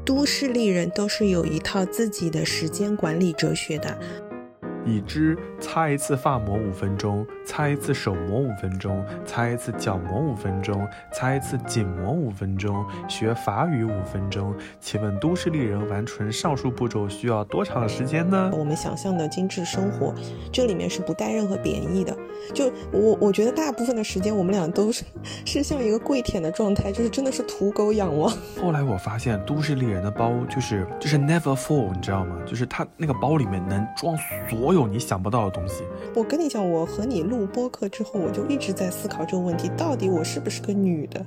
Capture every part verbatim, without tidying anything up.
都市丽人都是有一套自己的时间管理哲学的。 已知擦一次发膜五分钟，擦一次手膜五分钟，擦一次脚膜五分钟，擦一次颈膜五分钟，学法语五分钟。请问都市丽人完成上述步骤需要多长时间呢？ 我们想象的精致生活，这里面是不带任何贬义的。就我我觉得大部分的时间我们俩都是是像一个跪舔的状态，就是真的是土狗仰望。 后来我发现都市丽人的包就是就是 never full， 你知道吗？就是它那个包里面能装所有你想不到的东西。 我跟你讲，我和你录播客之后，我就一直在思考这个问题，到底我是不是个女的。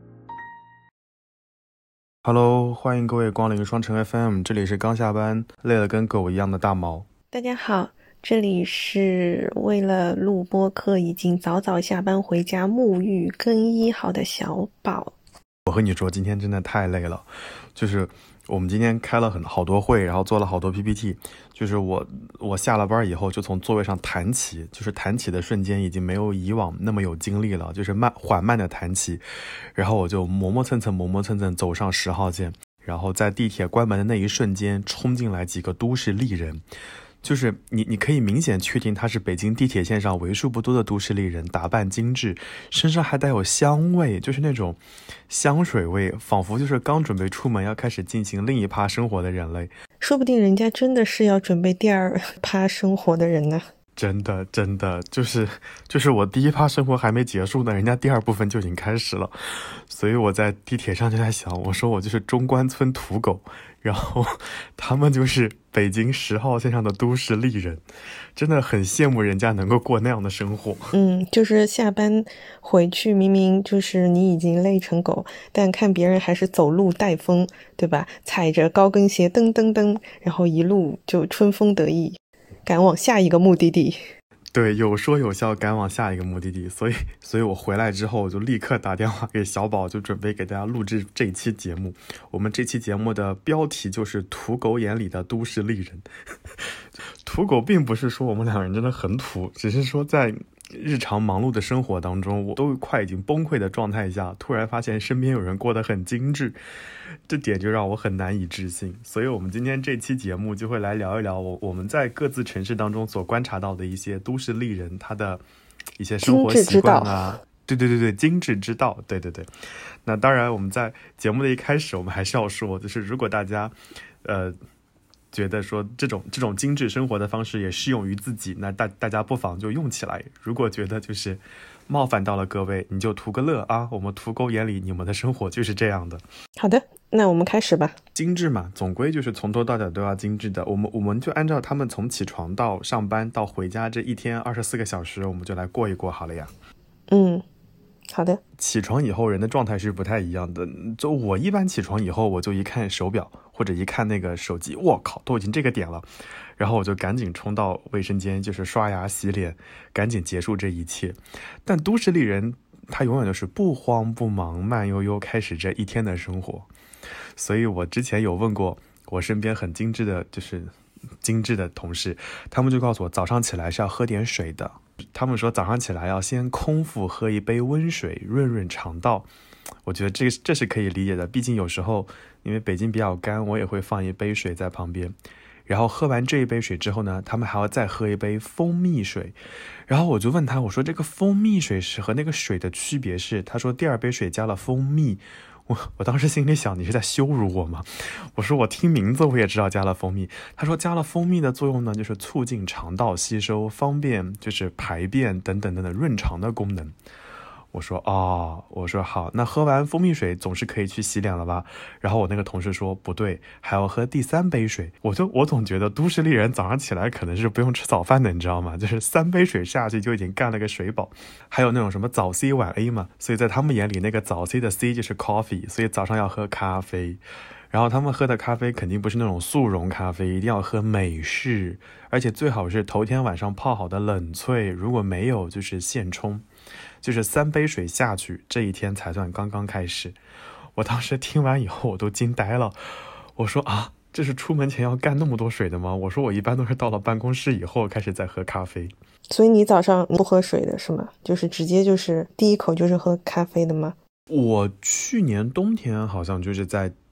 Hello， 欢迎各位光临双城 F M， 这里是刚下班累得跟狗一样的大毛。 大家好，这里是为了录播客已经早早下班回家沐浴更衣好的小宝。 我和你说，今天真的太累了，就是我们今天开了很好多会，然后做了好多 P P T， 就是我我下了班以后就从座位上弹起，就是弹起的瞬间已经没有以往那么有精力了，就是慢缓慢的弹起，然后我就磨磨蹭蹭磨磨蹭蹭走上十号线，然后在地铁关门的那一瞬间冲进来几个都市丽人。就是你你可以明显确定他是北京地铁线上为数不多的都市丽人，打扮精致，身上还带有香味，就是那种香水味，仿佛就是刚准备出门要开始进行另一趴生活的人类。 说不定人家真的是要准备第二趴生活的人呢。 真的真的就是就是我第一趴生活还没结束呢，人家第二部分就已经开始了。所以我在地铁上就在想，我说我就是中关村土狗，然后他们就是北京十号线上的都市丽人，真的很羡慕人家能够过那样的生活。 嗯，就是下班回去，明明就是你已经累成狗，但看别人还是走路带风，对吧？踩着高跟鞋噔噔噔，然后一路就春风得意，赶往下一个目的地。 对，有说有笑赶往下一个目的地。所以所以我回来之后我就立刻打电话给小宝，就准备给大家录制这一期节目。我们这期节目的标题就是土狗眼里的都市丽人。土狗并不是说我们两个人真的很土，只是说在日常忙碌的生活当中，我都快已经崩溃的状态下，突然发现身边有人过得很精致，这点就让我很难以置信。所以我们今天这期节目就会来聊一聊我我们在各自城市当中所观察到的一些都市丽人他的一些生活习惯啊，对对对对，精致之道，对对对。那当然我们在节目的一开始我们还是要说，就是如果大家呃觉得说这种这种精致生活的方式也适用于自己，那大大家不妨就用起来。如果觉得就是冒犯到了各位，你就图个乐啊！我们土狗眼里你们的生活就是这样的。 好的，那我们开始吧。 精致嘛，总归就是从头到脚都要精致的。我们我们就按照他们从起床到上班到回家这一天二十四个小时，我们就来过一过好了呀。 嗯，好的。 起床以后人的状态是不太一样的。就我一般起床以后，我就一看手表或者一看那个手机，我靠，都已经这个点了，然后我就赶紧冲到卫生间，就是刷牙洗脸，赶紧结束这一切。但都市丽人他永远就是不慌不忙，慢悠悠开始这一天的生活。所以我之前有问过我身边很精致的就是精致的同事，他们就告诉我早上起来是要喝点水的。他们说早上起来要先空腹喝一杯温水润润肠道。我觉得这这是可以理解的，毕竟有时候因为北京比较干，我也会放一杯水在旁边。然后喝完这一杯水之后呢，他们还要再喝一杯蜂蜜水。然后我就问他，我说这个蜂蜜水是和那个水的区别是？他说第二杯水加了蜂蜜。我我当时心里想，你是在羞辱我吗？我说我听名字我也知道加了蜂蜜。他说加了蜂蜜的作用呢，就是促进肠道吸收，方便就是排便等等等等润肠的功能。我说哦，我说好，那喝完蜂蜜水总是可以去洗脸了吧？然后我那个同事说不对，还要喝第三杯水。我就我总觉得都市丽人早上起来可能是不用吃早饭的，你知道吗？就是三杯水下去就已经干了个水饱。还有那种什么早 C 晚 A 嘛，所以在他们眼里那个早 C 的 C 就是 coffee， 所以早上要喝咖啡。然后他们喝的咖啡肯定不是那种速溶咖啡，一定要喝美式，而且最好是头天晚上泡好的冷萃，如果没有就是现冲。就是三杯水下去，这一天才算刚刚开始。我当时听完以后我都惊呆了，我说啊，这是出门前要干那么多水的吗？我说我一般都是到了办公室以后开始在喝咖啡。 所以你早上不喝水的是吗？就是直接就是第一口就是喝咖啡的吗？ 我去年冬天好像就是在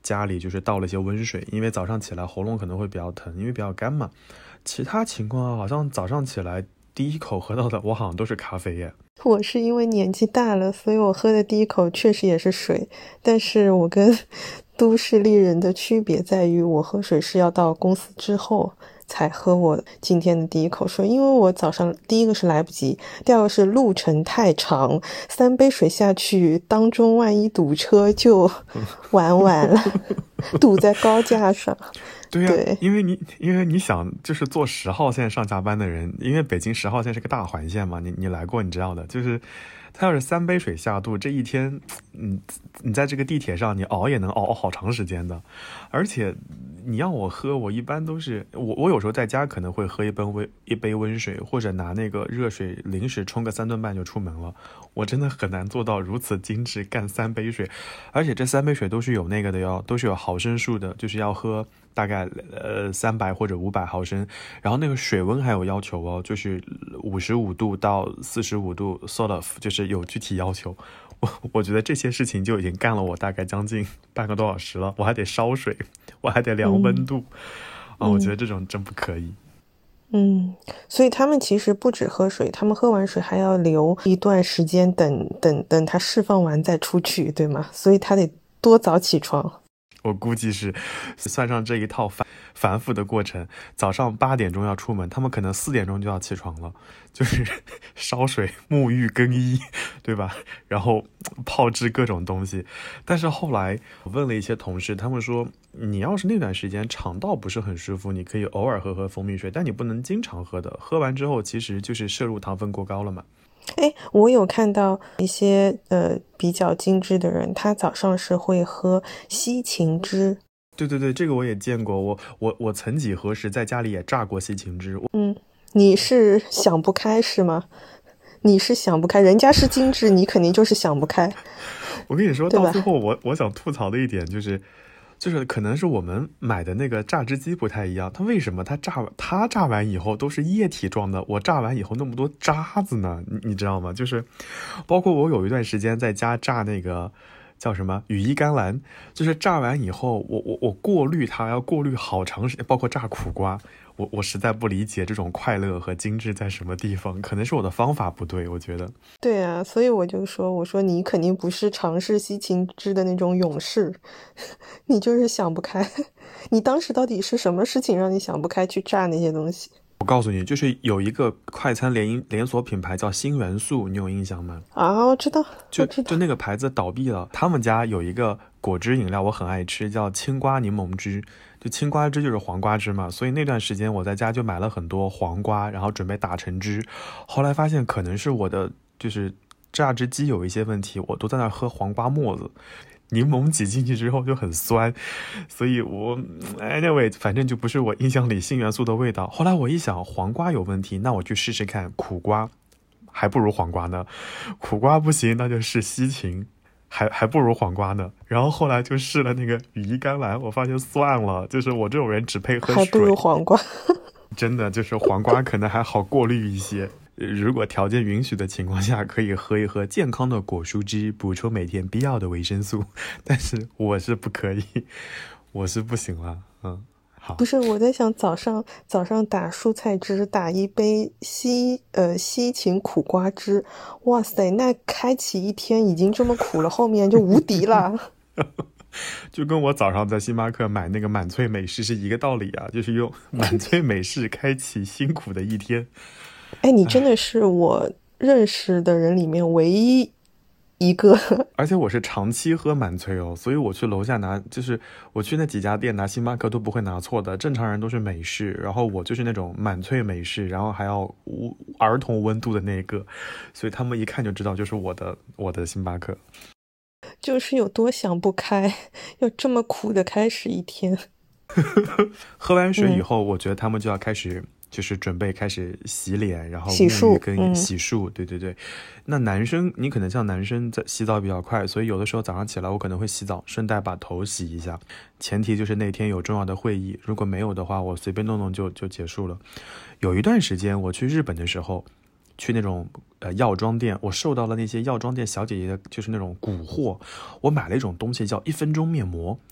家里就是倒了一些温水，因为早上起来喉咙可能会比较疼，因为比较干嘛。其他情况好像早上起来第一口喝到的我好像都是咖啡耶。 我是因为年纪大了，所以我喝的第一口确实也是水，但是我跟都市丽人的区别在于，我喝水是要到公司之后才喝我今天的第一口水，因为我早上第一个是来不及，第二个是路程太长，三杯水下去，当中万一堵车就玩完了，堵在高架上。 对呀、啊，因为你因为你想，就是坐十号线上下班的人，因为北京十号线是个大环线嘛，你你来过你知道的，就是他要是三杯水下肚，这一天，嗯，你在这个地铁上，你熬也能熬好长时间的。而且你让我喝，我一般都是我我有时候在家可能会喝一杯温一杯温水，或者拿那个热水临时冲个三顿半就出门了。我真的很难做到如此精致干三杯水，而且这三杯水都是有那个的哟，都是有毫升数的，就是要喝大概呃三百或者五百毫升，然后那个水温还有要求哦，就是五十五度到四十五度 sort of， 就是有具体要求。我我觉得这些事情就已经干了我大概将近半个多小时了，我还得烧水，我还得量温度、嗯、啊，我觉得这种真不可以。 嗯，所以他们其实不止喝水，他们喝完水还要留一段时间等等等它释放完再出去，对吗？所以他得多早起床。 我估计是算上这一套繁繁复的过程，早上八点钟要出门，他们可能四点钟就要起床了，就是烧水、沐浴、更衣，对吧？然后泡制各种东西。但是后来我问了一些同事，他们说你要是那段时间肠道不是很舒服，你可以偶尔喝喝蜂蜜水，但你不能经常喝的，喝完之后其实就是摄入糖分过高了嘛。 哎，我有看到一些呃比较精致的人，他早上是会喝西芹汁。 对对对，这个我也见过，我我我曾几何时在家里也榨过西芹汁。 嗯，你是想不开是吗？你是想不开，人家是精致，你肯定就是想不开。 我跟你说到最后，我我想吐槽的一点就是。就是可能是我们买的那个榨汁机不太一样，它为什么它榨它榨完以后都是液体状的，我榨完以后那么多渣子呢？你你知道吗？就是包括我有一段时间在家榨那个叫什么羽衣甘蓝，就是榨完以后我我我过滤它要过滤好长时间，包括榨苦瓜，我我实在不理解这种快乐和精致在什么地方，可能是我的方法不对，我觉得。 对啊，所以我就说，我说你肯定不是尝试西芹汁的那种勇士，你就是想不开。你当时到底是什么事情让你想不开去榨那些东西？ 我告诉你，就是有一个快餐连连锁品牌叫新元素，你有印象吗？ 啊，我知道， 就我知道就那个牌子倒闭了，他们家有一个果汁饮料我很爱吃，叫青瓜柠檬汁。就青瓜汁就是黄瓜汁嘛，所以那段时间我在家就买了很多黄瓜，然后准备打成汁。后来发现可能是我的就是榨汁机有一些问题，我都在那喝黄瓜沫子。柠檬挤进去之后就很酸，所以我 anyway 反正就不是我印象里新元素的味道。后来我一想黄瓜有问题，那我去试试看苦瓜，还不如黄瓜呢。苦瓜不行，那就试西芹，还还不如黄瓜呢。然后后来就试了那个羽衣甘蓝，我发现算了，就是我这种人只配喝水， 还不如黄瓜。 真的就是黄瓜可能还好过滤一些。如果条件允许的情况下，可以喝一喝健康的果蔬汁，补充每天必要的维生素。但是我是不可以，我是不行了。嗯，好。 不是，我在想早上早上打蔬菜汁，打一杯西呃西芹苦瓜汁，哇塞，那开启一天已经这么苦了，后面就无敌了。 就跟我早上在星巴克买那个满萃美式是一个道理啊，就是用满萃美式开启辛苦的一天。 哎，你真的是我认识的人里面唯一一个， 而且我是长期喝满萃哦，所以我去楼下拿，就是我去那几家店拿星巴克都不会拿错的，正常人都是美式，然后我就是那种满萃美式，然后还要儿童温度的那个，所以他们一看就知道就是我的我的星巴克。 就是有多想不开，要这么苦的开始一天。 喝完水以后、嗯、我觉得他们就要开始就是准备开始洗脸，然后洗漱跟洗漱、嗯、对对对。那男生你可能像男生在洗澡比较快，所以有的时候早上起来我可能会洗澡顺带把头洗一下，前提就是那天有重要的会议，如果没有的话我随便弄弄就就结束了。有一段时间我去日本的时候，去那种呃药妆店，我受到了那些药妆店小姐姐的就是那种蛊惑，我买了一种东西叫一分钟面膜。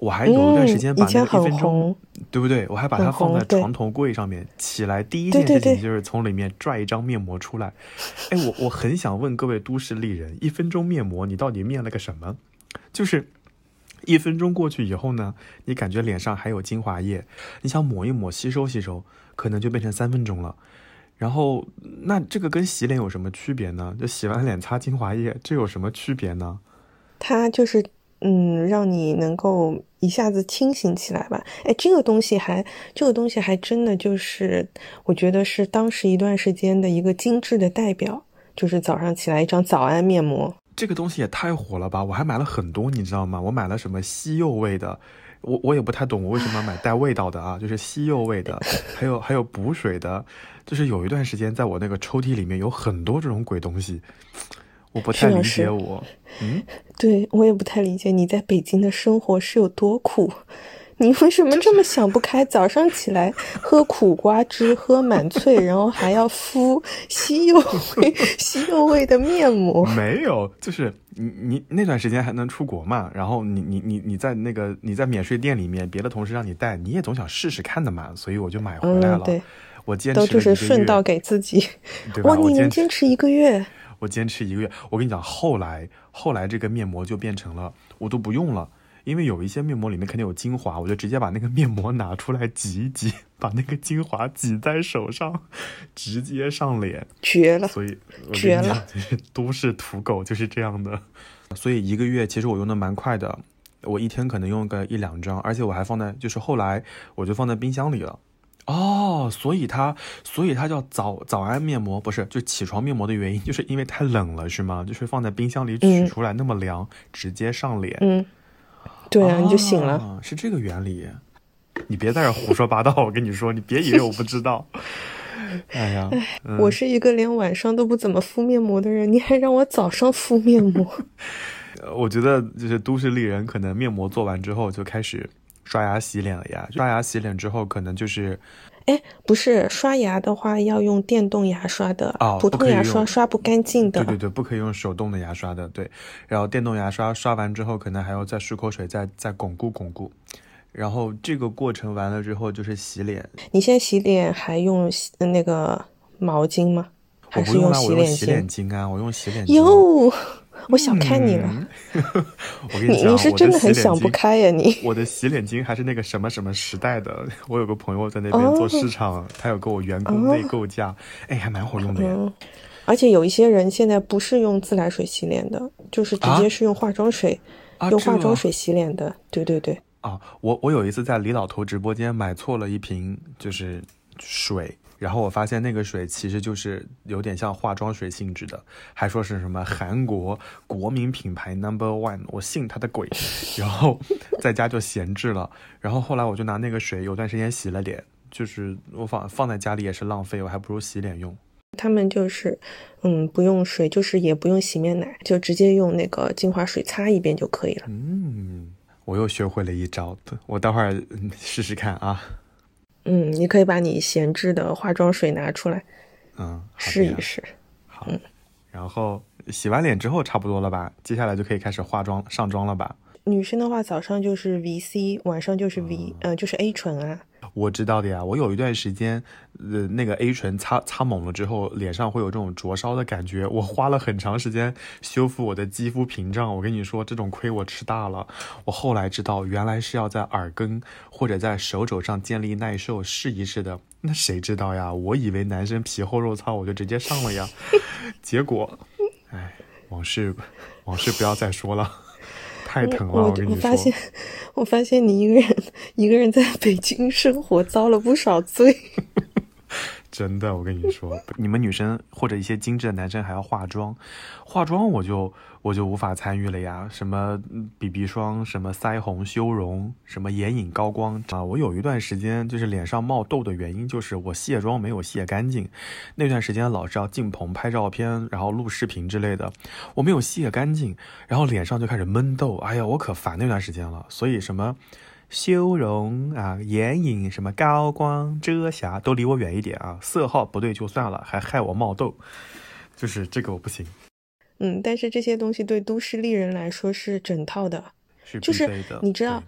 我还有一段时间把那个一分钟、 嗯、 对不对，我还把它放在床头柜上面，起来第一件事情就是从里面拽一张面膜出来。哎，我我很想问各位都市丽人，一分钟面膜你到底面了个什么？就是一分钟过去以后呢，你感觉脸上还有精华液，你想抹一抹吸收吸收，可能就变成三分钟了。然后那这个跟洗脸有什么区别呢？就洗完脸擦精华液，这有什么区别呢？ 它就是嗯，让你能够一下子清醒起来吧。哎，这个东西还这个东西还真的就是我觉得是当时一段时间的一个精致的代表，就是早上起来一张早安面膜。 这个东西也太火了吧，我还买了很多你知道吗？我买了什么西柚味的，我我也不太懂我为什么要买带味道的啊，就是西柚味的，还有还有补水的，就是有一段时间在我那个抽屉里面有很多这种鬼东西，我不太理解我。嗯， 对，我也不太理解你在北京的生活是有多苦，你为什么这么想不开？早上起来喝苦瓜汁，喝满萃，然后还要敷西柚味西柚味的面膜。 没有，就是你你那段时间还能出国嘛，然后你你你你在那个你在免税店里面，别的同事让你带，你也总想试试看的嘛，所以我就买回来了。 嗯、对， 我坚持了一个月， 都就是顺道给自己。 对吧？ 哇，你能坚持一个月？ 我坚持一个月。我跟你讲，后来后来这个面膜就变成了我都不用了。因为有一些面膜里面肯定有精华，我就直接把那个面膜拿出来挤一挤，把那个精华挤在手上，直接上脸， 绝了！ 所以绝了， 都市土狗就是这样的。所以一个月其实我用的蛮快的，我一天可能用个一两张，而且我还放在，就是后来我就放在冰箱里了。哦，所以它，所以它叫早早安面膜，不是就起床面膜的原因，就是因为太冷了，是吗？就是放在冰箱里取出来那么凉，嗯、直接上脸。 嗯。对啊， 哦、 你就醒了， 是这个原理。你别在这胡说八道，我跟你说，你别以为我不知道。哎呀、 嗯，我是一个连晚上都不怎么敷面膜的人，你还让我早上敷面膜。 我觉得就是都市丽人可能面膜做完之后就开始刷牙洗脸了呀，刷牙洗脸之后可能就是哎，不是，刷牙的话要用电动牙刷的， 哦， 普通牙刷刷不干净的。 对对对，不可以用手动的牙刷的，对。然后电动牙刷刷完之后，可能还要再漱口水，再再巩固巩固。然后这个过程完了之后就是洗脸。 你现在洗脸还用那个毛巾吗？还是用洗脸巾？ 我不用啦，我用洗脸巾啊，我用洗脸巾。 哟，我小看你了。 嗯、我跟你讲， 你是真的很想不开呀、啊、你。 我的洗脸巾还是那个什么什么时代的，我有个朋友在那边做市场，哦、他有给我员工内购价，哎、哦，还蛮好用的呀。 嗯，而且有一些人现在不是用自来水洗脸的，就是直接是用化妆水， 啊、 用化妆水洗脸的。啊、对对对。 啊，我我有一次在李老头直播间买错了一瓶就是水。然后我发现那个水其实就是有点像化妆水性质的，还说是什么韩国国民品牌 number one， 我信他的鬼。然后在家就闲置了，然后后来我就拿那个水有段时间洗了脸，就是我放放在家里也是浪费，我还不如洗脸用。 他们就是嗯不用水，就是也不用洗面奶，就直接用那个精华水擦一遍就可以了。 嗯，我又学会了一招，我待会儿试试看啊。 嗯，你可以把你闲置的化妆水拿出来， 嗯， 试一试。 好，嗯，然后洗完脸之后差不多了吧？接下来就可以开始化妆上妆了吧？ 女生的话，早上就是 V C， 晚上就是 V， 嗯、呃，就是 A 醇啊。 我知道的呀，我有一段时间，呃，那个 A 醇擦擦猛了之后，脸上会有这种灼烧的感觉。我花了很长时间修复我的肌肤屏障。我跟你说，这种亏我吃大了。我后来知道，原来是要在耳根或者在手肘上建立耐受，试一试的。那谁知道呀？我以为男生皮厚肉糙，我就直接上了呀。结果，哎，往事，往事不要再说了。太疼了， 我我跟你说。 我发现，我发现你一个人一个人在北京生活，遭了不少罪。 真的，我跟你说，你们女生或者一些精致的男生还要化妆，化妆我就我就无法参与了呀。什么 B B 霜，什么腮红修容，什么眼影高光啊！我有一段时间就是脸上冒痘的原因，就是我卸妆没有卸干净。那段时间老是要进棚拍照片，然后录视频之类的，我没有卸干净，然后脸上就开始闷痘。哎呀，我可烦那段时间了。所以什么修容啊，眼影什么高光遮瑕都离我远一点啊，色号不对就算了，还害我冒痘，就是这个我不行。 嗯，但是这些东西对都市丽人来说是整套的， 是就是你知道，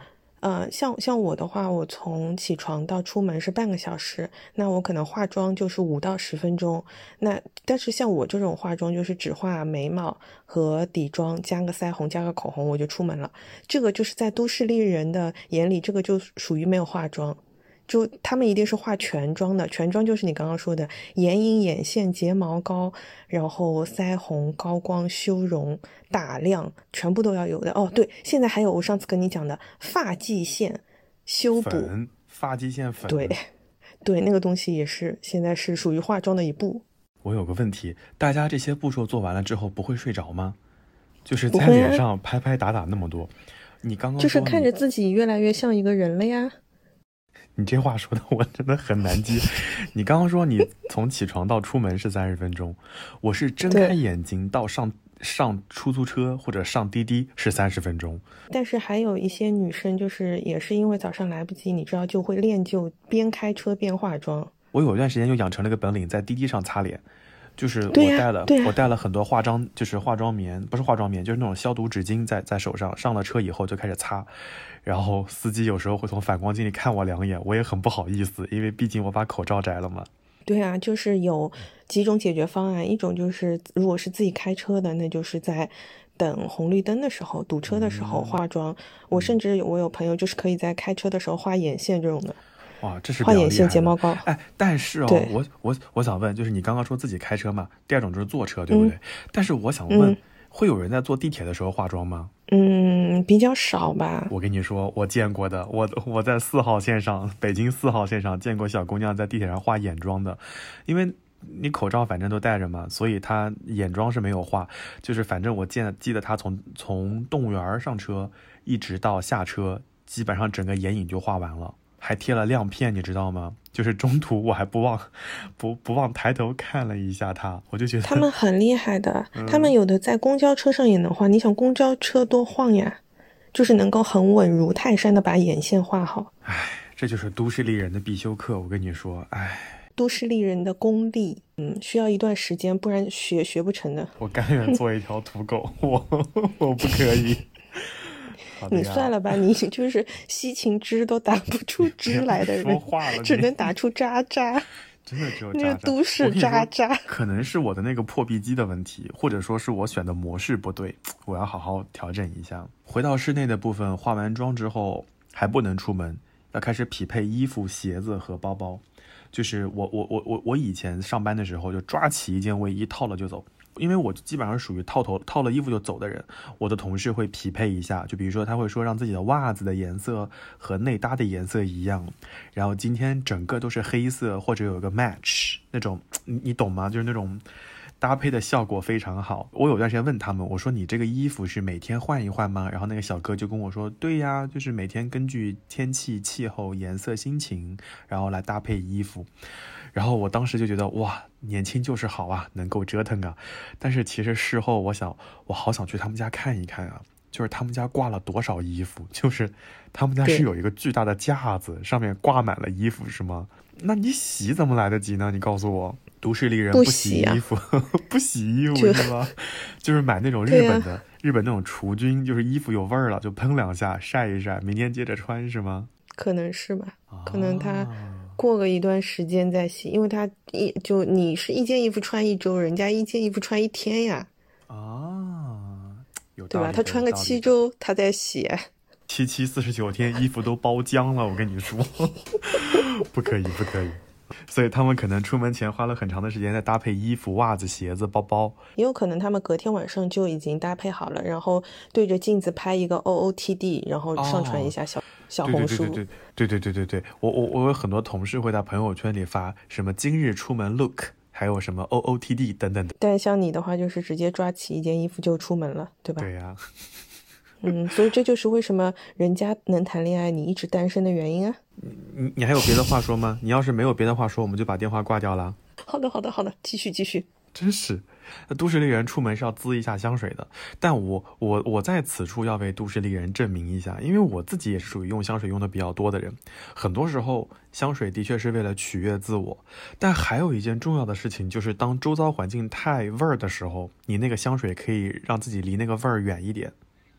呃，像像我的话，我从起床到出门是半个小时，那我可能化妆就是五到十分钟。那但是像我这种化妆，就是只画眉毛和底妆，加个腮红，加个口红，我就出门了。这个就是在都市丽人的眼里，这个就属于没有化妆。就他们一定是化全妆的，全妆就是你刚刚说的眼影、眼线、睫毛膏，然后腮红、高光、修容、打亮，全部都要有的。哦，对，现在还有我上次跟你讲的发际线修补， 粉，发际线粉。 对，对，那个东西也是现在是属于化妆的一步。 我有个问题，大家这些步骤做完了之后不会睡着吗？就是不会啊在脸上拍拍打打那么多，你刚刚就是说你看着自己越来越像一个人了呀。 你这话说的我真的很难接。你刚刚说你从起床到出门是三十分钟，我是睁开对眼睛到上上出租车或者上滴滴是三十分钟。 但是还有一些女生，就是也是因为早上来不及，你知道，就会练就边开车边化妆。 我有一段时间就养成了一个本领，在滴滴上擦脸，就是我对呀带了、 对呀我带了很多化妆，就是化妆棉，不是化妆棉，就是那种消毒纸巾在在手上，上了车以后就开始擦。然后司机有时候会从反光镜里看我两眼，我也很不好意思，因为毕竟我把口罩摘了嘛。 对啊，就是有几种解决方案，一种就是如果是自己开车的，那就是在等红绿灯的时候、堵车的时候化妆。我甚至我有朋友就是可以在开车的时候画眼线这种的。 哇，这是比画眼线、 较厉害的睫毛膏。 哎，但是哦对， 我我我想问，就是你刚刚说自己开车嘛，第二种就是坐车，对不对？ 嗯但是我想问， 嗯会有人在坐地铁的时候化妆吗？ 嗯，比较少吧。 我跟你说，我见过的，我我在四号线上，北京四号线上见过小姑娘在地铁上化眼妆的，因为你口罩反正都戴着嘛，所以她眼妆是没有化，就是反正我见记得她从从动物园上车一直到下车，基本上整个眼影就画完了，还贴了亮片，你知道吗？就是中途我还不忘不不忘抬头看了一下她，我就觉得他们很厉害的，他们有的在公交车上也能画。你想公交车多晃呀，就是能够很稳如泰山的把眼线画好。 唉，这就是都市丽人的必修课，我跟你说，唉。 都市丽人的功力，嗯，需要一段时间，不然学学不成的。 我甘愿做一条土狗，我我不可以。 你算了吧，你就是西芹汁都打不出汁来的人， 说话了只能打出渣渣。 真的只有渣那个渣， 都市渣渣。 可能是我的那个破壁机的问题，或者说是我选的模式不对，我要好好调整一下。回到室内的部分，化完妆之后还不能出门，要开始匹配衣服、鞋子和包包。就是我我我我我以前上班的时候就抓起一件卫衣套了就走，因为我基本上属于套头套了衣服就走的人。我的同事会匹配一下，就比如说他会说让自己的袜子的颜色和内搭的颜色一样，然后今天整个都是黑色或者有个 match 那种，你你懂吗？就是那种搭配的效果非常好。我有段时间问他们，我说你这个衣服是每天换一换吗？然后那个小哥就跟我说，对呀，就是每天根据天气、气候、颜色、心情，然后来搭配衣服。然后我当时就觉得哇，年轻就是好啊，能够折腾啊。但是其实事后我想，我好想去他们家看一看啊，就是他们家挂了多少衣服，就是他们家是有一个巨大的架子，上面挂满了衣服是吗？那你洗怎么来得及呢？你告诉我，都市丽人不洗衣服，不洗、啊、不洗衣服是吧？就是买那种日本的、啊、日本那种除菌，就是衣服有味儿了就喷两下晒一晒，明天接着穿是吗？ 可能是吧，可能他过个一段时间再洗，因为他一就你是一件衣服穿一周，人家一件衣服穿一天呀。 啊，有对吧？他穿个七周，他再洗。 七七四十九天，衣服都包浆了，我跟你说，不可以，不可以。所以他们可能出门前花了很长的时间在搭配衣服、袜子、鞋子、包包。 也有可能他们隔天晚上就已经搭配好了，然后对着镜子拍一个 O O T D， 然后上传一下小、哦、小红书。 对对对对对对对对，我我我有很多同事会在朋友圈里发什么今日出门 look， 还有什么 O O T D 等等的。 但像你的话，就是直接抓起一件衣服就出门了，对吧？ 对呀、啊。 嗯，所以这就是为什么人家能谈恋爱，你一直单身的原因啊。 你你还有别的话说吗？你要是没有别的话说，我们就把电话挂掉了。 好的好的好的，继续继续。 真是，都市丽人出门是要滋一下香水的。但我我我在此处要为都市丽人证明一下，因为我自己也是属于用香水用的比较多的人。很多时候香水的确是为了取悦自我，但还有一件重要的事情，就是当周遭环境太味儿的时候，你那个香水可以让自己离那个味儿远一点。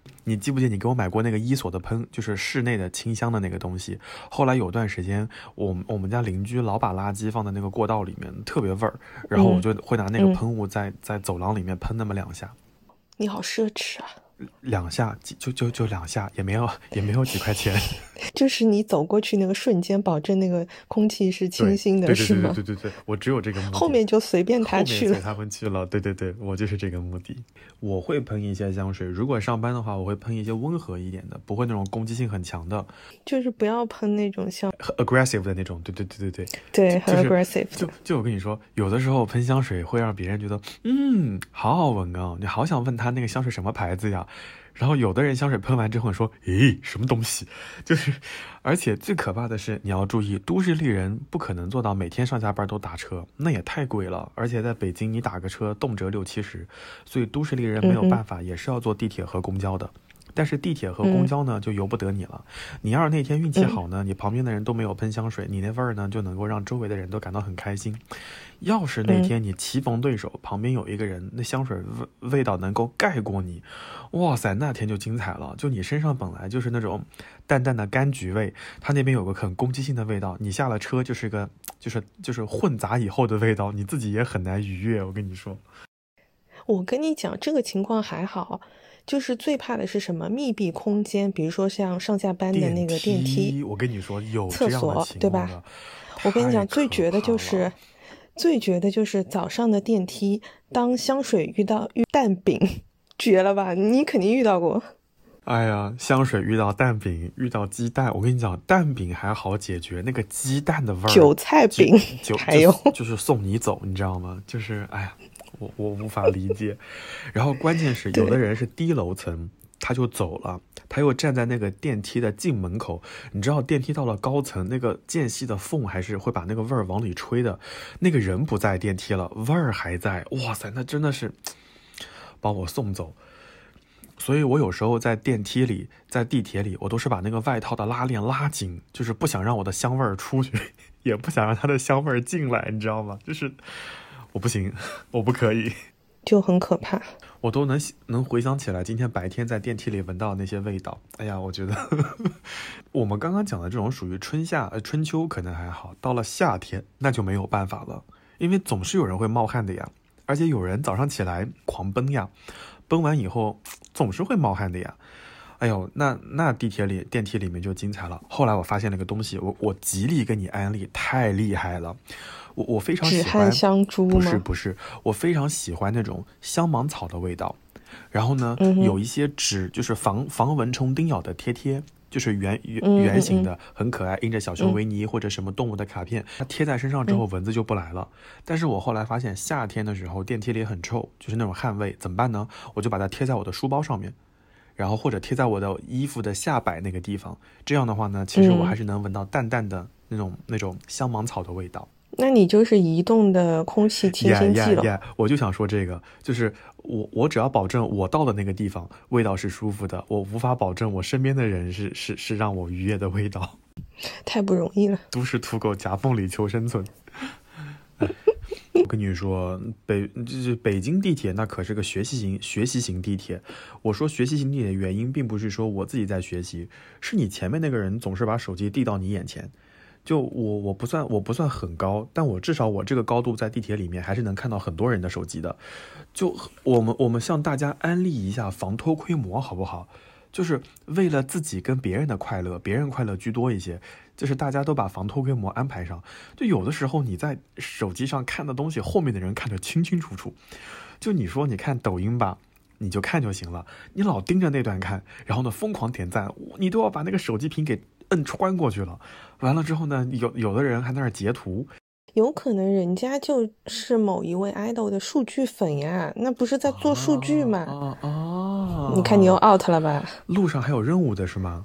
你记不记得你给我买过那个伊索的喷，就是室内的清香的那个东西？后来有段时间，我我们家邻居老把垃圾放在那个过道里面，特别味儿，然后我就会拿那个喷雾在、嗯、在走廊里面喷那么两下。 你好奢侈啊！ 两下就就就两下，也没有也没有几块钱。 就是你走过去那个瞬间，保证那个空气是清新的，是吗？ 对对对对对对，我只有这个目的。 后面就随便他去了， 后面随他们去了。对对对，我就是这个目的。我会喷一些香水，如果上班的话，我会喷一些温和一点的，不会那种攻击性很强的。 就是不要喷那种像很 aggressive 的那种。对对对对对。 对，很 aggressive。 就就我跟你说，有的时候喷香水会让别人觉得，嗯，好好闻啊，你好想问他那个香水什么牌子呀。然后有的人香水喷完之后说，咦，什么东西？就是，而且最可怕的是，你要注意，都市丽人不可能做到每天上下班都打车，那也太贵了。而且在北京，你打个车动辄六七十，所以都市丽人没有办法，嗯、也是要坐地铁和公交的。但是地铁和公交呢、嗯、就由不得你了。你要是那天运气好呢、嗯、你旁边的人都没有喷香水，你那味儿呢就能够让周围的人都感到很开心。要是那天你棋逢对手、嗯、旁边有一个人那香水味味道能够盖过你，哇塞，那天就精彩了。就你身上本来就是那种淡淡的柑橘味，他那边有个很攻击性的味道，你下了车就是个就是就是混杂以后的味道，你自己也很难愉悦。我跟你说， 我跟你讲，这个情况还好。就是最怕的是什么？密闭空间，比如说像上下班的那个电梯， 电梯我跟你说有这样的情况， 厕所，对吧？我跟你讲，最绝的就是最绝的就是早上的电梯，当香水遇到遇蛋饼，绝了吧？你肯定遇到过。 哎呀，香水遇到蛋饼，遇到鸡蛋，我跟你讲，蛋饼还好解决，那个鸡蛋的味儿， 韭菜饼还有就、就是送你走，你知道吗？就是哎呀。我我无法理解，然后关键是有的人是低楼层，他就走了，他又站在那个电梯的进门口，你知道电梯到了高层，那个间隙的缝还是会把那个味儿往里吹的，那个人不在电梯了，味儿还在，哇塞，那真的是把我送走。所以我有时候在电梯里，在地铁里，我都是把那个外套的拉链拉紧，就是不想让我的香味儿出去，也不想让它的香味儿进来，你知道吗？就是我不行，我不可以， 就很可怕。 我都能能回想起来今天白天在电梯里闻到那些味道。哎呀，我觉得呵呵我们刚刚讲的这种属于春夏呃春秋可能还好，到了夏天那就没有办法了，因为总是有人会冒汗的呀，而且有人早上起来狂奔呀，奔完以后总是会冒汗的呀。哎呦，那那地铁里电梯里面就精彩了。后来我发现了个东西，我我极力跟你安利，太厉害了。我我非常喜欢止汗香珠吗？ 不是不是，我非常喜欢那种香芒草的味道。然后呢， 嗯、 有一些纸就是防防蚊虫叮咬的贴贴，就是圆圆圆形的，很可爱，印着小熊维尼或者什么动物的卡片，它贴在身上之后蚊子就不来了。但是我后来发现夏天的时候电梯里很臭，就是那种汗味，怎么办呢？我就把它贴在我的书包上面。然后或者贴在我的衣服的下摆那个地方，这样的话呢，其实我还是能闻到淡淡的那种、嗯、那种香芒草的味道。 那你就是移动的空气清新剂了。 yeah, yeah, yeah, 我就想说这个，就是我我只要保证我到的那个地方味道是舒服的，我无法保证我身边的人是是是让我愉悦的味道。 太不容易了， 都市土狗夹缝里求生存。我跟你说，北就是北京地铁，那可是个学习型学习型地铁。我说学习型地铁的原因，并不是说我自己在学习，是你前面那个人总是把手机递到你眼前。就我我不算我不算很高，但我至少我这个高度在地铁里面还是能看到很多人的手机的。就我们我们向大家安利一下防偷窥膜好不好？就是为了自己跟别人的快乐，别人快乐居多一些。就是大家都把防偷窥膜安排上，就有的时候你在手机上看的东西，后面的人看得清清楚楚。就你说你看抖音吧，你就看就行了，你老盯着那段看，然后呢疯狂点赞，你都要把那个手机屏给摁穿过去了。完了之后呢，有有的人还在那儿截图。 有可能人家就是某一位 idol 的数据粉呀，那不是在做数据吗？ 哦哦， 你看你又 out 了吧？ 路上还有任务的是吗？ 对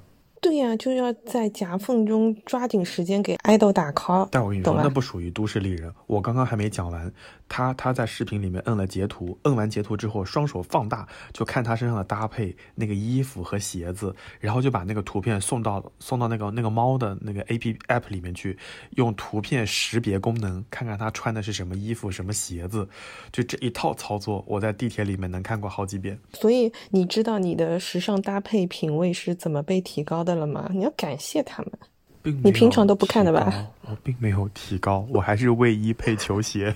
对呀、啊，就要在夹缝中抓紧时间给爱豆打 call。 但我跟你说，那不属于都市丽人。我刚刚还没讲完，他他在视频里面摁了截图，摁完截图之后，双手放大，就看他身上的搭配，那个衣服和鞋子，然后就把那个图片送到送到那个那个猫的那个 A P P app 里面去，用图片识别功能看看他穿的是什么衣服、什么鞋子，就这一套操作，我在地铁里面能看过好几遍。 所以你知道你的时尚搭配品味是怎么被提高的了吗？你要感谢他们。你平常都不看的吧？ 我并没有提高，我还是卫衣配球鞋。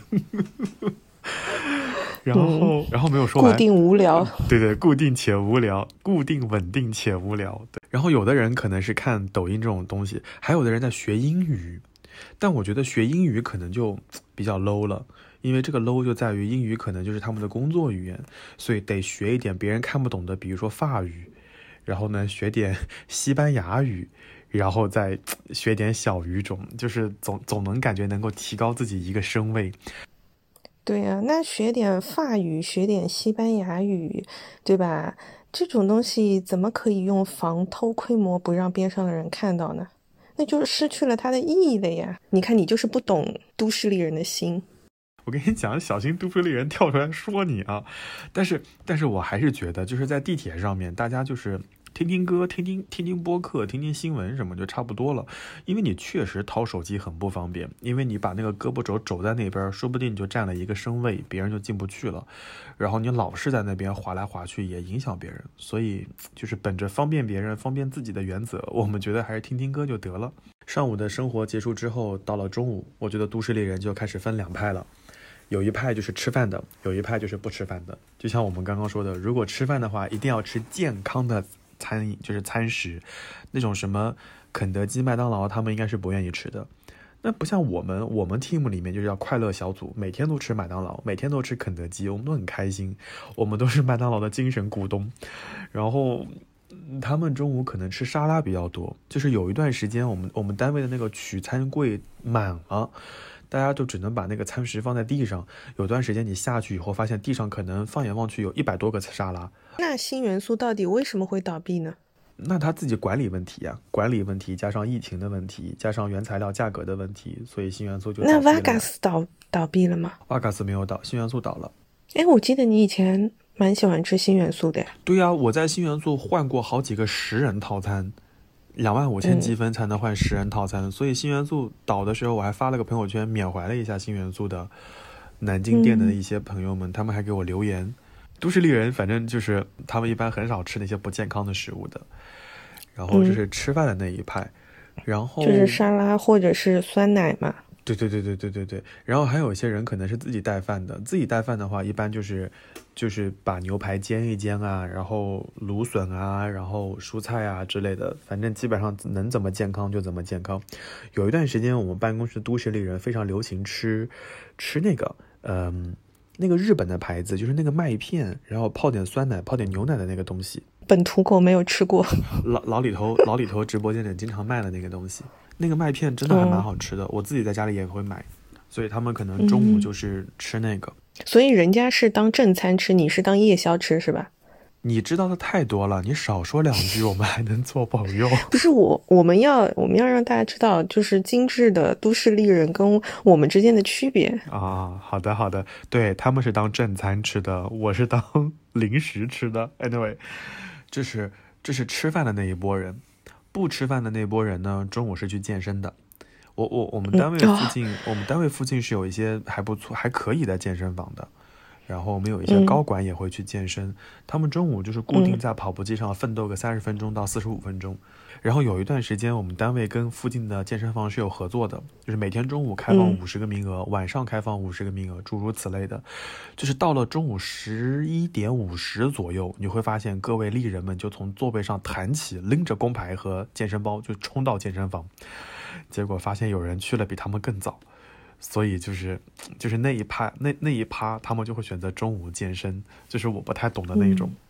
然后、嗯、然后没有说完， 固定无聊。 对对，固定且无聊，固定稳定且无聊。对。然后有的人可能是看抖音这种东西，还有的人在学英语，但我觉得学英语可能就比较 low 了，因为这个 low 就在于英语可能就是他们的工作语言，所以得学一点别人看不懂的，比如说法语，然后呢学点西班牙语，然后再学点小语种，就是总总能感觉能够提高自己一个声位。 对呀、啊，那学点法语，学点西班牙语，对吧？这种东西怎么可以用防偷窥膜不让边上的人看到呢？那就是失去了它的意义了呀！你看，你就是不懂都市丽人的心。 我跟你讲，小心都市丽人跳出来说你啊！但是，但是我还是觉得，就是在地铁上面，大家就是听听歌，听听听听播客，听听新闻什么就差不多了。因为你确实掏手机很不方便，因为你把那个胳膊肘肘在那边，说不定就占了一个身位，别人就进不去了。然后你老是在那边滑来滑去，也影响别人。所以就是本着方便别人、方便自己的原则，我们觉得还是听听歌就得了。上午的生活结束之后，到了中午，我觉得都市丽人就开始分两派了。有一派就是吃饭的，有一派就是不吃饭的。就像我们刚刚说的，如果吃饭的话，一定要吃健康的餐饮，就是餐食，那种什么肯德基、麦当劳，他们应该是不愿意吃的。那不像我们，我们 team 里面就是要快乐小组，每天都吃麦当劳，每天都吃肯德基，我们都很开心，我们都是麦当劳的精神股东。然后他们中午可能吃沙拉比较多，就是有一段时间我们我们单位的那个取餐柜满了，大家就只能把那个餐食放在地上。有段时间你下去以后，发现地上可能放眼望去有一百多个沙拉。 那新元素到底为什么会倒闭呢？ 那他自己管理问题啊，管理问题加上疫情的问题，加上原材料价格的问题，所以新元素就倒闭了。 那 Vegas 倒倒闭了吗？ Vegas 没有倒，新元素倒了。 哎，我记得你以前蛮喜欢吃新元素的。 对呀、啊，我在新元素换过好几个十人套餐，两万五千积分才能换十人套餐、嗯、所以新元素倒的时候，我还发了个朋友圈缅怀了一下新元素的南京店的一些朋友们、嗯、他们还给我留言。都市丽人反正就是他们一般很少吃那些不健康的食物的，然后就是吃饭的那一派、嗯、然后就是沙拉或者是酸奶嘛。 对对对对对对对，然后还有一些人可能是自己带饭的，自己带饭的话一般就是就是把牛排煎一煎啊，然后芦笋啊，然后蔬菜啊之类的，反正基本上能怎么健康就怎么健康。有一段时间我们办公室都市丽人非常流行吃吃那个嗯那个日本的牌子，就是那个麦片，然后泡点酸奶泡点牛奶的那个东西。 本土狗没有吃过。 老老李头老李头直播间里经常卖的那个东西，那个麦片真的还蛮好吃的、嗯、我自己在家里也会买，所以他们可能中午就是吃那个、 嗯、所以人家是当正餐吃，你是当夜宵吃是吧？ 你知道的太多了，你少说两句我们还能做朋友。 不是我我们要我们要让大家知道，就是精致的都市丽人跟我们之间的区别啊。好的好的，对，他们是当正餐吃的，我是当零食吃的。 anyway， 这是这是吃饭的那一波人。不吃饭的那波人呢，中午是去健身的。我我我们单位附近、嗯哦、我们单位附近是有一些还不错还可以的健身房的，然后我们有一些高管也会去健身、嗯、他们中午就是固定在跑步机上奋斗个三十分钟到四十五分钟、嗯、然后有一段时间我们单位跟附近的健身房是有合作的，就是每天中午开放五十个名额、嗯、晚上开放五十个名额，诸如此类的。就是到了中午十一点五十左右，你会发现各位丽人们就从座位上弹起，拎着工牌和健身包就冲到健身房，结果发现有人去了比他们更早，所以就是就是那一趴那那一趴他们就会选择中午健身，就是我不太懂的那种、嗯、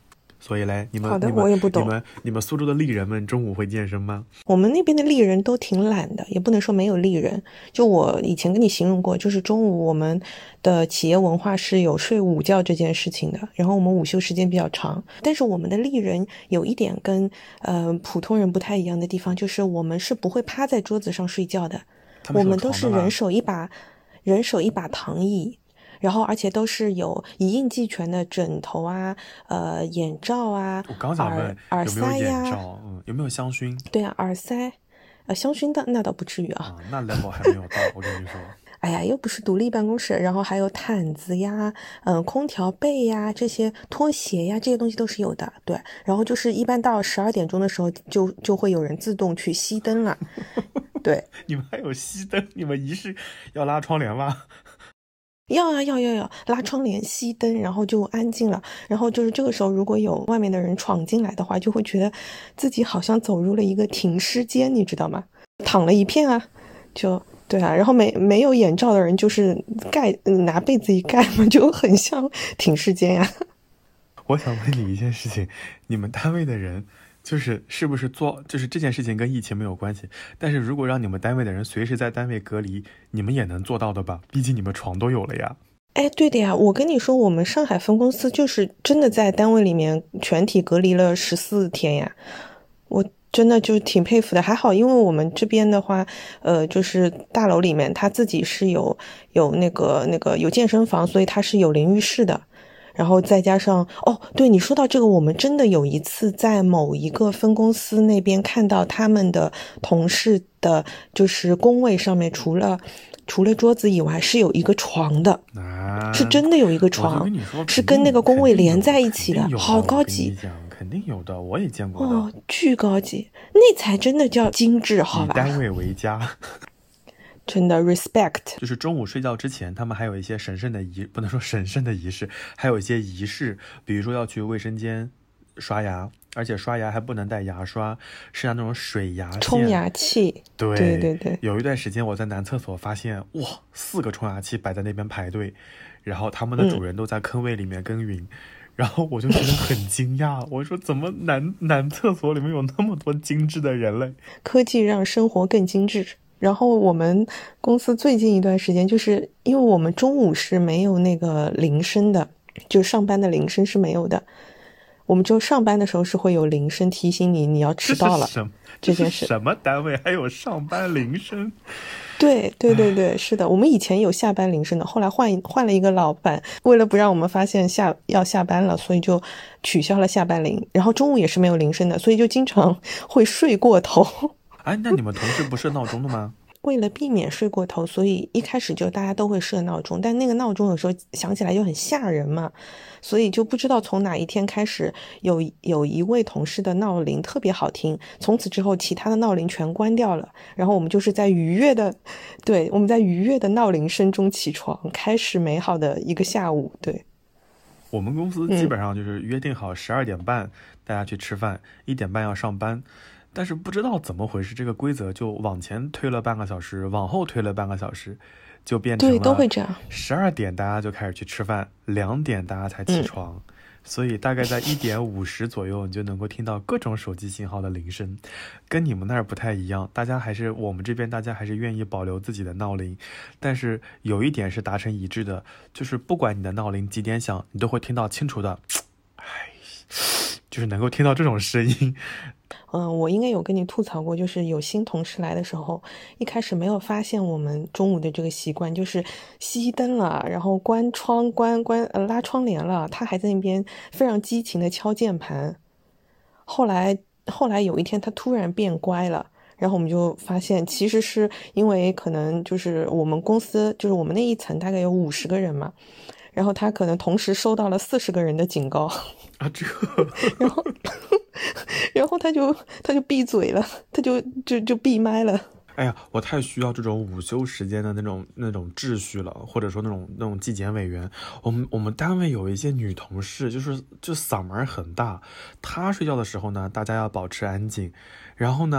所以嘞，你们好的你们我也不懂你们你们苏州的丽人们中午会健身吗？ 我们那边的丽人都挺懒的，也不能说没有丽人。就我以前跟你形容过，就是中午我们的企业文化是有睡午觉这件事情的，然后我们午休时间比较长。但是我们的丽人有一点跟呃普通人不太一样的地方，就是我们是不会趴在桌子上睡觉的， 他们是有我们都床的吧是人手一把，人手一把躺椅。然后，而且都是有一应俱全的枕头啊，呃，眼罩啊， 我刚想问耳耳有没有眼塞呀， 罩，嗯，有没有香薰对啊，耳塞，呃，香薰的那倒不至于啊。 啊？那 level 还没有到，我跟你说。 哎呀，又不是独立办公室，然后还有毯子呀，嗯、空调被呀，这些拖鞋呀，这些东西都是有的。对，然后就是一般到十二点钟的时候就，就会有人自动去熄灯了。对， 你们还有熄灯？你们仪式要拉窗帘吗？ 要啊要要要拉窗帘熄灯，然后就安静了。然后就是这个时候，如果有外面的人闯进来的话，就会觉得自己好像走入了一个停尸间，你知道吗？躺了一片啊，就对啊。然后没没有眼罩的人就是盖拿被子一盖嘛，就很像停尸间呀。 我想问你一件事情，你们单位的人就是是不是做就是这件事情跟疫情没有关系，但是如果让你们单位的人随时在单位隔离，你们也能做到的吧？毕竟你们床都有了呀。 哎，对的呀，我跟你说，我们上海分公司就是真的在单位里面全体隔离了十四天呀，我真的就挺佩服的。还好，因为我们这边的话，呃，就是大楼里面他自己是有有那个那个有健身房，所以它是有淋浴室的。然后再加上哦，对你说到这个，我们真的有一次在某一个分公司那边看到他们的同事的，就是工位上面除了除了桌子以外是有一个床的， 啊， 是真的有一个我就床跟你说， 是跟那个工位连在一起的， 肯定有好高我跟你级讲，肯定有的，我也见过的。 哦，巨高级，那才真的叫精致，好吧？ 以单位为家。 真的 respect。 就是中午睡觉之前，他们还有一些神圣的仪，不能说神圣的仪式，还有一些仪式，比如说要去卫生间刷牙，而且刷牙还不能带牙刷，是拿那种水牙线冲牙器。 对对对对， 有一段时间我在男厕所发现，哇，四个冲牙器摆在那边排队，然后他们的主人都在坑位里面耕耘。嗯然后我就觉得很惊讶，我说怎么男男厕所里面有那么多精致的人类？ 科技让生活更精致。然后我们公司最近一段时间，就是因为我们中午是没有那个铃声的，就上班的铃声是没有的。我们只有上班的时候是会有铃声提醒你你要迟到了。 这件事什么单位还有上班铃声？ 对对对对，是的，我们以前有下班铃声的，后来换换了一个老板，为了不让我们发现下要下班了，所以就取消了下班铃。然后中午也是没有铃声的，所以就经常会睡过头。 哎，那你们同事不设闹钟的吗？ 为了避免睡过头，所以一开始就大家都会设闹钟，但那个闹钟有时候想起来就很吓人嘛，所以就不知道从哪一天开始，有有一位同事的闹铃特别好听，从此之后其他的闹铃全关掉了，然后我们就是在愉悦的，对，我们在愉悦的闹铃声中起床，开始美好的一个下午。对， 我们公司基本上就是约定好十二点半大家去吃饭，一点半要上班。但是不知道怎么回事，这个规则就往前推了半个小时，往后推了半个小时，就变成了对，都会这样。 十二点大家就开始去吃饭，两点大家才起床，嗯、所以大概在一点五十左右，你就能够听到各种手机信号的铃声，跟你们那儿不太一样。大家还是我们这边，大家还是愿意保留自己的闹铃，但是有一点是达成一致的，就是不管你的闹铃几点响，你都会听到清楚的，唉，就是能够听到这种声音。 嗯，我应该有跟你吐槽过，就是有新同事来的时候，一开始没有发现我们中午的这个习惯，就是熄灯了，然后关窗、关关呃拉窗帘了，他还在那边非常激情的敲键盘。后来后来有一天，他突然变乖了。然后我们就发现，其实是因为可能就是我们公司就是我们那一层大概有五十个人嘛，然后他可能同时收到了四十个人的警告啊，这然后然后他就他就闭嘴了，他就就就闭麦了。 哎呀，我太需要这种午休时间的那种那种秩序了，或者说那种那种纪检委员。我们我们单位有一些女同事，就是就嗓门很大，她睡觉的时候呢，大家要保持安静，然后呢，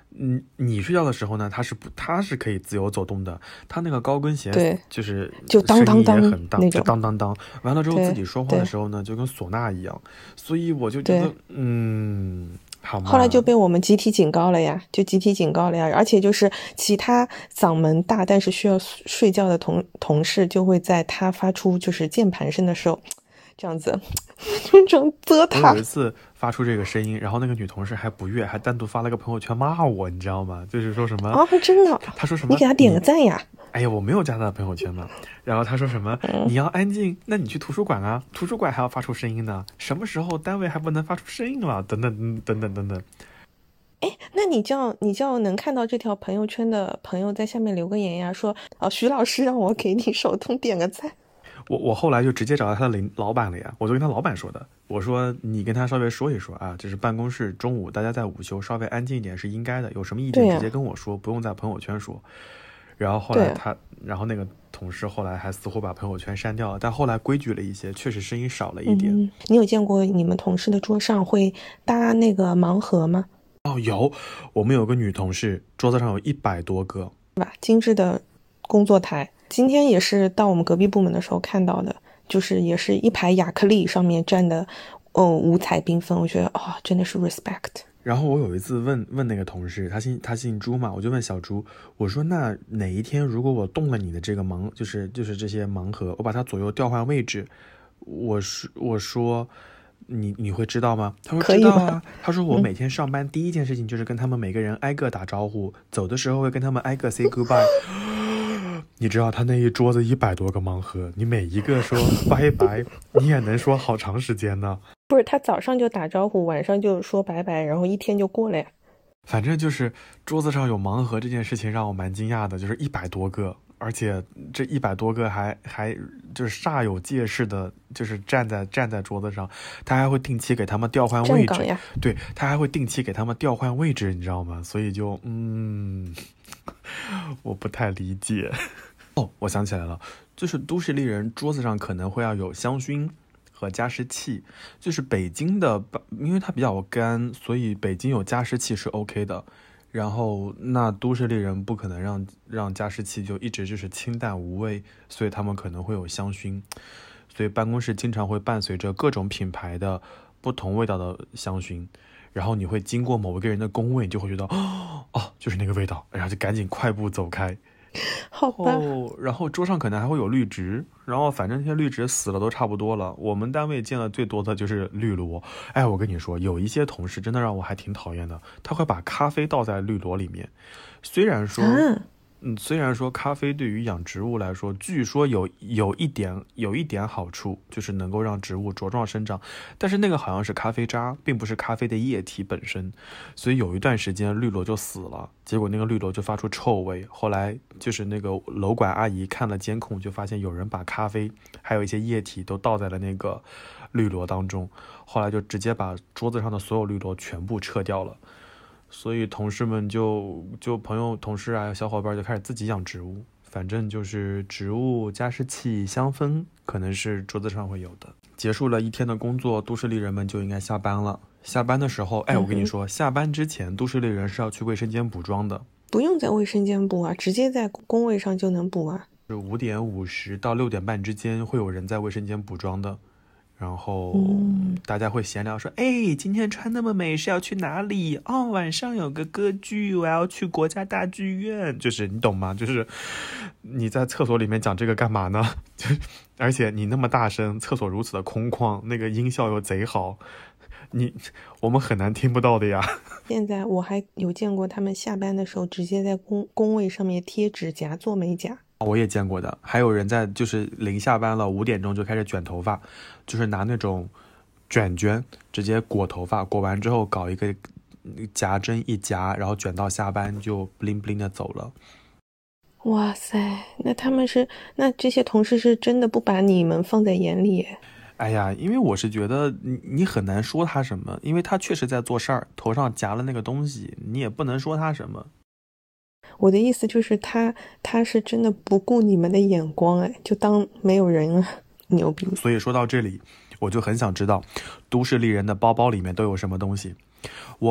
嗯，你睡觉的时候呢，他是不，他是可以自由走动的，他那个高跟鞋对就是就当当当声音也很大， 那种就当当当，完了之后对自己说话的时候呢，就跟唢呐一样，所以我就觉得， 对嗯，好嘛。 后来就被我们集体警告了呀，就集体警告了呀，而且就是其他嗓门大但是需要睡觉的同同事就会在他发出就是键盘声的时候，这样子，就这样责我他有一。次发出这个声音，然后那个女同事还不悦，还单独发了个朋友圈骂我，你知道吗？就是说什么啊，真的？ 她说什么你给他点个赞呀。 哎呀，我没有加他的朋友圈嘛。然后他说什么、 嗯、 你要安静，那你去图书馆啊，图书馆还要发出声音呢，什么时候单位还不能发出声音了？等等等等等等。 哎，那你叫你叫能看到这条朋友圈的朋友在下面留个言呀，说哦，徐老师让我给你手动点个赞。 我我后来就直接找到他的领老板了呀，我就跟他老板说的，我说你跟他稍微说一说啊，就是办公室中午大家在午休稍微安静一点是应该的，有什么意见直接跟我说，不用在朋友圈说。然后后来他，然后那个同事后来还似乎把朋友圈删掉了，但后来规矩了一些，确实声音少了一点。 嗯、你有见过你们同事的桌上会搭那个盲盒吗？ 哦，有，我们有个女同事桌子上有一百多个， 对吧？精致的工作台。今天也是到我们隔壁部门的时候看到的，就是也是一排亚克力上面站的，哦，五彩缤纷。我觉得哦，真的是 respect。 然后我有一次问问那个同事，他姓他姓朱嘛，我就问小朱，我说那哪一天如果我动了你的这个盲，就是就是这些盲盒，我把它左右调换位置，我说我说你你会知道吗？他说知道啊。他说我每天上班第一件事情就是跟他们每个人挨个打招呼，嗯、走的时候会跟他们挨个 say goodbye。你知道他那一桌子一百多个盲盒，你每一个说拜拜，你也能说好长时间呢。 不是，他早上就打招呼，晚上就说拜拜，然后一天就过了呀。 反正就是桌子上有盲盒这件事情让我蛮惊讶的，就是一百多个，而且这一百多个还还就是煞有介事的，就是站在站在桌子上，他还会定期给他们调换位置呀。 对，他还会定期给他们调换位置，你知道吗？所以就嗯，我不太理解。哦，我想起来了，就是都市丽人桌子上可能会要有香薰和加湿器，就是北京的，因为它比较干，所以北京有加湿器是 OK 的。然后那都市丽人不可能让让加湿器就一直就是清淡无味，所以他们可能会有香薰，所以办公室经常会伴随着各种品牌的不同味道的香薰。然后你会经过某一个人的工位，你就会觉得哦，就是那个味道，然后就赶紧快步走开。 好吧、 哦，然后桌上可能还会有绿植，然后反正这些绿植死了都差不多了。我们单位见的最多的就是绿萝。哎，我跟你说，有一些同事真的让我还挺讨厌的，他会把咖啡倒在绿萝里面。虽然说， 嗯， 嗯，虽然说咖啡对于养植物来说，据说有有一点有一点好处，就是能够让植物茁壮生长，但是那个好像是咖啡渣，并不是咖啡的液体本身，所以有一段时间绿萝就死了，结果那个绿萝就发出臭味。后来就是那个楼管阿姨看了监控，就发现有人把咖啡还有一些液体都倒在了那个绿萝当中，后来就直接把桌子上的所有绿萝全部撤掉了。所以同事们就就朋友同事啊小伙伴就开始自己养植物，反正就是植物、加湿器、香氛可能是桌子上会有的。结束了一天的工作，都市丽人们就应该下班了。下班的时候，哎，我跟你说，嗯、下班之前都市丽人是要去卫生间补妆的。 不用在卫生间补啊，直接在工位上就能补啊。 五点五十到六点半之间会有人在卫生间补妆的。然后大家会闲聊说，哎，今天穿那么美是要去哪里？哦，晚上有个歌剧，我要去国家大剧院。就是你懂吗？就是你在厕所里面讲这个干嘛呢？就而且你那么大声，厕所如此的空旷，那个音效又贼好，你我们很难听不到的呀。 现在我还有见过他们下班的时候直接在工工位上面贴指甲做美甲。 我也见过的，还有人在就是临下班了，五点钟就开始卷头发，就是拿那种卷卷直接裹头发，裹完之后搞一个夹针一夹，然后卷到下班就 bling bling 的走了。 哇塞，那他们是那这些同事是真的不把你们放在眼里。 哎呀，因为我是觉得你你很难说他什么，因为他确实在做事儿，头上夹了那个东西，你也不能说他什么。 我的意思就是他他是真的不顾你们的眼光，哎，就当没有人了，牛逼。 所以说到这里，我就很想知道都市丽人的包包里面都有什么东西。我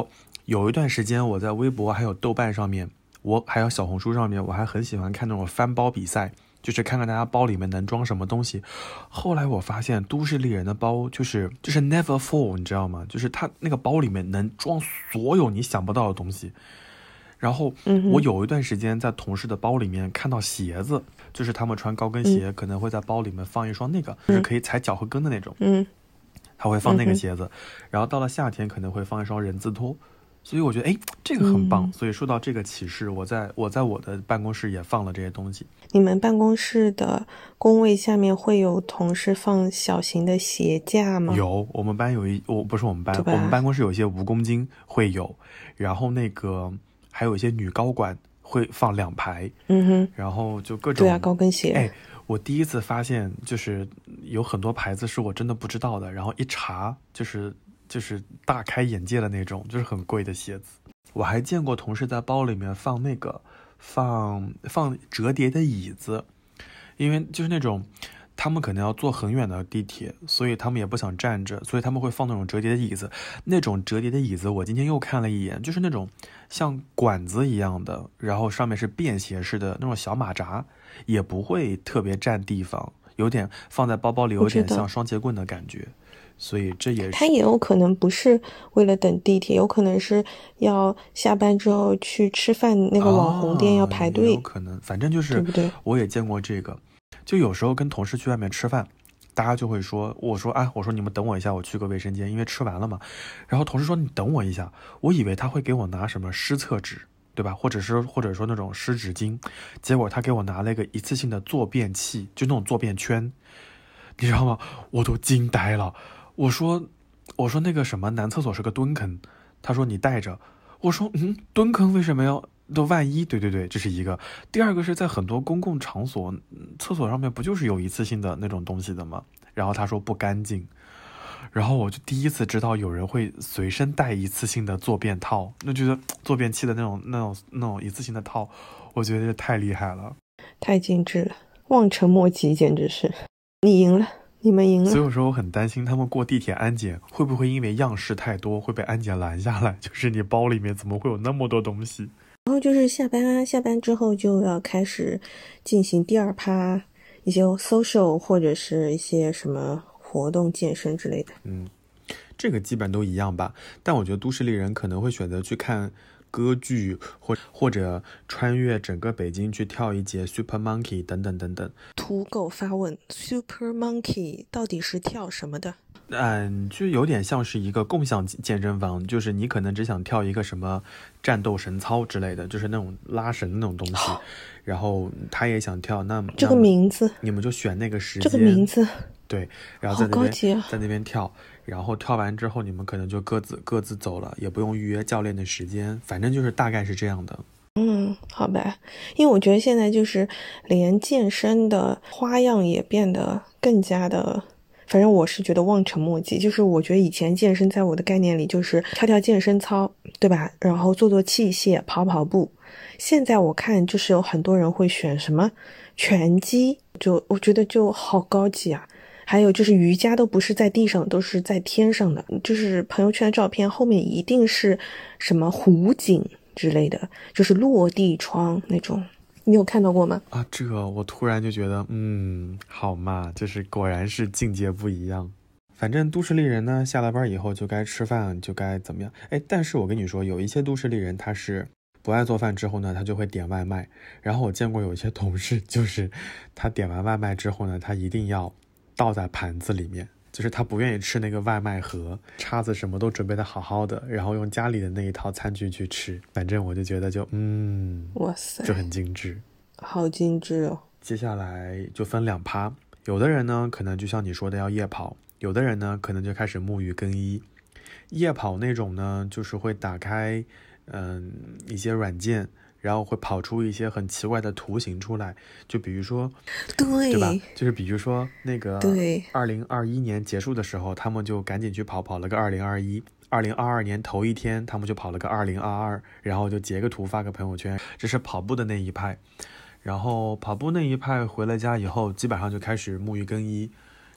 有一段时间我在微博还有豆瓣上面，我还有小红书上面，我还很喜欢看那种翻包比赛，就是看看大家包里面能装什么东西。后来我发现都市丽人的包就是就是 never full， 你知道吗？就是它那个包里面能装所有你想不到的东西。然后我有一段时间在同事的包里面看到鞋子，就是他们穿高跟鞋、嗯、可能会在包里面放一双那个、嗯、就是可以踩脚后跟的那种， 嗯， 他会放那个鞋子、嗯、然后到了夏天可能会放一双人字拖。所以我觉得哎，这个很棒、嗯、所以受到这个启示，我在我在我的办公室也放了这些东西。 你们办公室的工位下面会有同事放小型的鞋架吗？ 有，我们班有一我不是我们班，我们办公室有一些蜈蚣精会有，然后那个还有一些女高管会放两排， 嗯哼， 然后就各种， 对啊，高跟鞋。 哎，我第一次发现就是有很多牌子是我真的不知道的，然后一查就是就是大开眼界的那种，就是很贵的鞋子。我还见过同事在包里面放那个放放折叠的椅子，因为就是那种他们可能要坐很远的地铁，所以他们也不想站着，所以他们会放那种折叠的椅子。那种折叠的椅子我今天又看了一眼，就是那种像管子一样的，然后上面是便携式的那种小马扎，也不会特别占地方，有点放在包包里有点像双节棍的感觉。所以这也是他也有可能不是为了等地铁，有可能是要下班之后去吃饭，那个网红店要排队、 哦、有可能，反正就是对不对？ 我也见过这个。就有时候跟同事去外面吃饭，大家就会说，我说啊，我说你们等我一下，我去个卫生间，因为吃完了嘛。然后同事说你等我一下，我以为他会给我拿什么湿厕纸，对吧？或者是或者说那种湿纸巾，结果他给我拿了一个一次性的坐便器，就那种坐便圈，你知道吗？我都惊呆了。我说我说那个什么男厕所是个蹲坑，他说你带着。我说嗯，蹲坑为什么要都万一？对对对，这是一个。第二个是在很多公共场所厕所上面不就是有一次性的那种东西的吗？然后他说不干净，然后我就第一次知道有人会随身带一次性的坐便套，那觉得坐便器的那种那种那种一次性的套，我觉得太厉害了， 太精致了，望尘莫及，简直是。你赢了，你们赢了。 所以有时候我很担心他们过地铁安检会不会因为样式太多会被安检拦下来，就是你包里面怎么会有那么多东西。 然后就是下班下班之后就要开始进行第二趴一些 social 或者是一些什么活动健身之类的。 嗯，这个基本都一样吧，但我觉得都市丽人可能会选择去看歌剧，或或者穿越整个北京去跳一节 Super Monkey 等等等等。 土狗发问 Super Monkey 到底是跳什么的？ 嗯，就有点像是一个共享健身房，就是你可能只想跳一个什么战斗神操之类的，就是那种拉绳的那种东西，然后他也想跳，那这个名字你们就选那个时间， 这个名字对，然后在那边、 啊、 在那边跳，然后跳完之后你们可能就各自各自走了，也不用预约教练的时间，反正就是大概是这样的。 嗯，好吧，因为我觉得现在就是连健身的花样也变得更加的，反正我是觉得望尘莫及。就是我觉得以前健身在我的概念里就是跳跳健身操，对吧？然后做做器械，跑跑步。现在我看就是有很多人会选什么拳击，就我觉得就好高级啊。还有就是瑜伽都不是在地上，都是在天上的，就是朋友圈照片后面一定是什么湖景之类的，就是落地窗那种，你有看到过吗？ 啊，这个我突然就觉得，嗯，好嘛，就是果然是境界不一样。反正都市丽人呢，下了班以后就该吃饭，就该怎么样？哎，但是我跟你说，有一些都市丽人他是不爱做饭之后呢，他就会点外卖。然后我见过有一些同事，就是他点完外卖之后呢，他一定要倒在盘子里面。就是他不愿意吃那个外卖盒，叉子什么都准备的好好的，然后用家里的那一套餐具去吃。反正我就觉得就嗯， 哇塞， 就很精致， 好精致哦。 接下来就分两趴，有的人呢可能就像你说的要夜跑，有的人呢可能就开始沐浴更衣。夜跑那种呢，就是会打开嗯一些软件，然后会跑出一些很奇怪的图形出来，就比如说， 对， 对吧？就是比如说那个， 对， 二零二一年结束的时候，他们就赶紧去跑，跑了个二零二一，二零二二年头一天，他们就跑了个二零二二，然后就截个图发个朋友圈，这是跑步的那一派。然后跑步那一派回了家以后，基本上就开始沐浴更衣，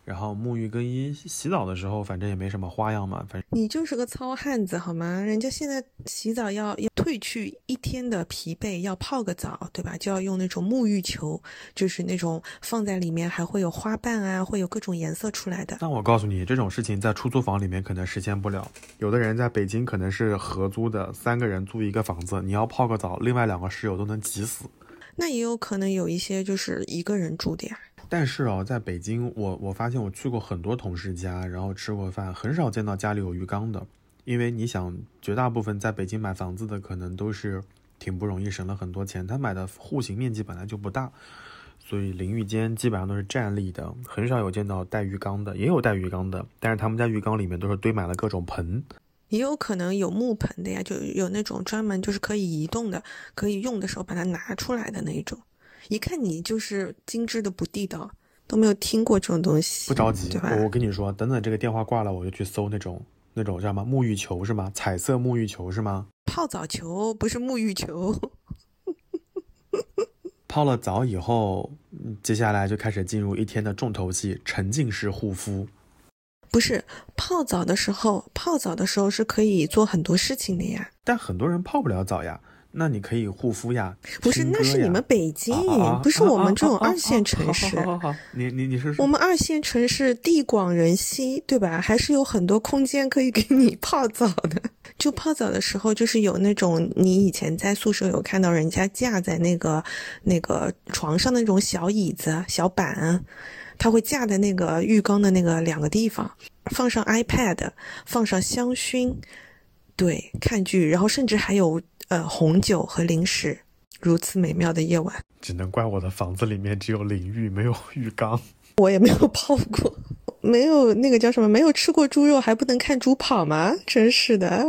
然后沐浴更衣，洗澡的时候反正也没什么花样嘛，反正你就是个糙汉子好吗？人家现在洗澡要要褪去一天的疲惫，要泡个澡，对吧？就要用那种沐浴球，就是那种放在里面还会有花瓣啊，会有各种颜色出来的。 那我告诉你，这种事情在出租房里面可能实现不了。有的人在北京可能是合租的，三个人租一个房子，你要泡个澡，另外两个室友都能急死。 那也有可能有一些就是一个人住的呀。 但是哦，在北京，我我发现我去过很多同事家，然后吃过饭，很少见到家里有浴缸的。因为你想，绝大部分在北京买房子的可能都是挺不容易，省了很多钱。他买的户型面积本来就不大，所以淋浴间基本上都是站立的，很少有见到带浴缸的。也有带浴缸的，但是他们家浴缸里面都是堆满了各种盆。 也有可能有木盆的呀，就有那种专门就是可以移动的，可以用的时候把它拿出来的那一种。一看你就是精致的不地道，都没有听过这种东西。 不着急， 对吧？ 我跟你说，等等这个电话挂了，我就去搜那种那种叫什么沐浴球是吗？彩色沐浴球是吗？ 泡澡球不是沐浴球。 泡了澡以后，接下来就开始进入一天的重头戏——沉浸式护肤。 不是泡澡的时候，泡澡的时候是可以做很多事情的呀。 但很多人泡不了澡呀。那你可以护肤呀， 不是，那是你们北京，啊啊、不是我们这种二线城市。 好好好，你你你是我们二线城市地广人稀，对吧？还是有很多空间可以给你泡澡的。就泡澡的时候，就是有那种你以前在宿舍有看到人家架在那个那个床上的那种小椅子、小板，它会架在那个浴缸的那个两个地方，放上 iPad， 放上香薰，对，看剧，然后甚至还有。呃，红酒和零食，如此美妙的夜晚。 只能怪我的房子里面只有淋浴，没有浴缸。 我也没有泡过，没有那个叫什么，没有吃过猪肉还不能看猪跑吗？真是的。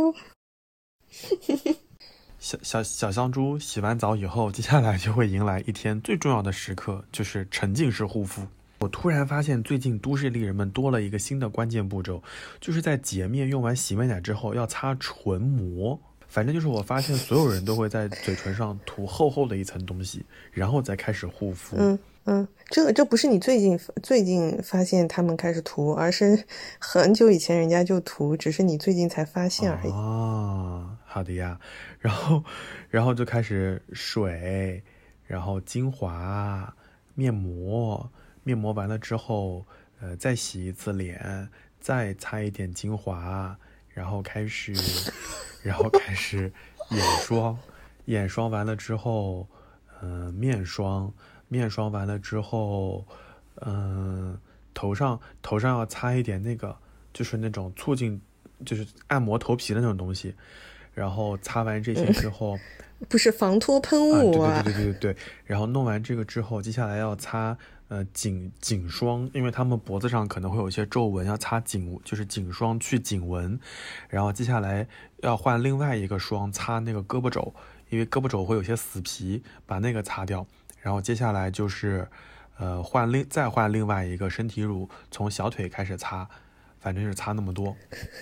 小小小香猪洗完澡以后，接下来就会迎来一天最重要的时刻，就是沉浸式护肤。我突然发现，最近都市丽人们多了一个新的关键步骤，就是在洁面用完洗面奶之后要擦唇膜。反正就是我发现所有人都会在嘴唇上涂厚厚的一层东西，然后再开始护肤。 嗯嗯，这这不是你最近最近发现他们开始涂，而是很久以前人家就涂，只是你最近才发现而已。 哦，好的呀。然后然后就开始水，然后精华、面膜，面膜完了之后，呃，再洗一次脸，再擦一点精华，然后开始。然后开始眼霜，眼霜完了之后，嗯、呃，面霜，面霜完了之后，嗯、呃，头上头上要擦一点那个，就是那种促进，就是按摩头皮的那种东西。然后擦完这些之后， 嗯、不是防脱喷雾啊， 啊对对对对对对。然后弄完这个之后，接下来要擦。呃，颈颈霜，因为他们脖子上可能会有一些皱纹，要擦颈，就是颈霜去颈纹。然后接下来要换另外一个霜，擦那个胳膊肘，因为胳膊肘会有些死皮，把那个擦掉。然后接下来就是，呃，换另再换另外一个身体乳，从小腿开始擦，反正是擦那么多。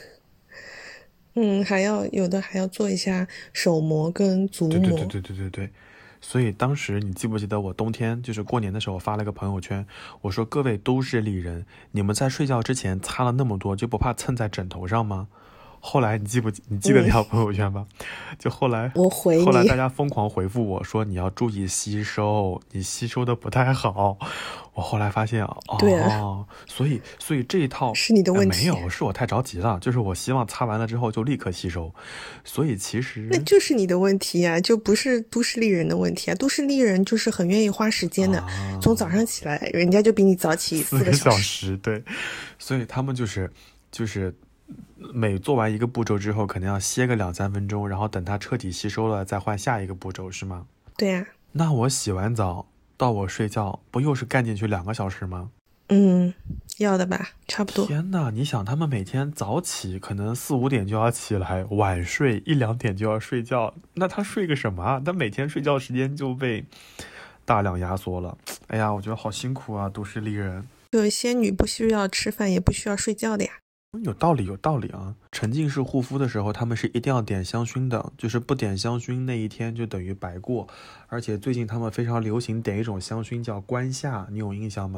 嗯，还要有的还要做一下手膜跟足膜。 对对对对对对对。所以当时你记不记得我冬天就是过年的时候发了个朋友圈，我说各位都市丽人，你们在睡觉之前擦了那么多，就不怕蹭在枕头上吗？后来你记不你记得那条朋友圈吗？嗯、就后来我回你， 后来大家疯狂回复我说你要注意吸收，你吸收的不太好。我后来发现哦， 对啊， 所以所以这一套是你的问题、 呃、没有，是我太着急了，就是我希望擦完了之后就立刻吸收，所以其实那就是你的问题呀、啊，就不是都市丽人的问题啊。都市丽人就是很愿意花时间的，啊、从早上起来，人家就比你早起四个小时，对，所以他们就是就是。每做完一个步骤之后可能要歇个两三分钟，然后等它彻底吸收了再换下一个步骤，是吗？ 对呀、啊。 那我洗完澡到我睡觉不又是干进去两个小时吗？ 嗯，要的吧，差不多。 天哪，你想他们每天早起可能四五点就要起来，晚睡一两点就要睡觉，那他睡个什么啊？他每天睡觉时间就被大量压缩了。哎呀，我觉得好辛苦啊，都市丽人。 就仙女不需要吃饭也不需要睡觉的呀。 有道理有道理啊！沉浸式护肤的时候他们是一定要点香薰的，就是不点香薰那一天就等于白过。而且最近他们非常流行点一种香薰叫观夏，你有印象吗？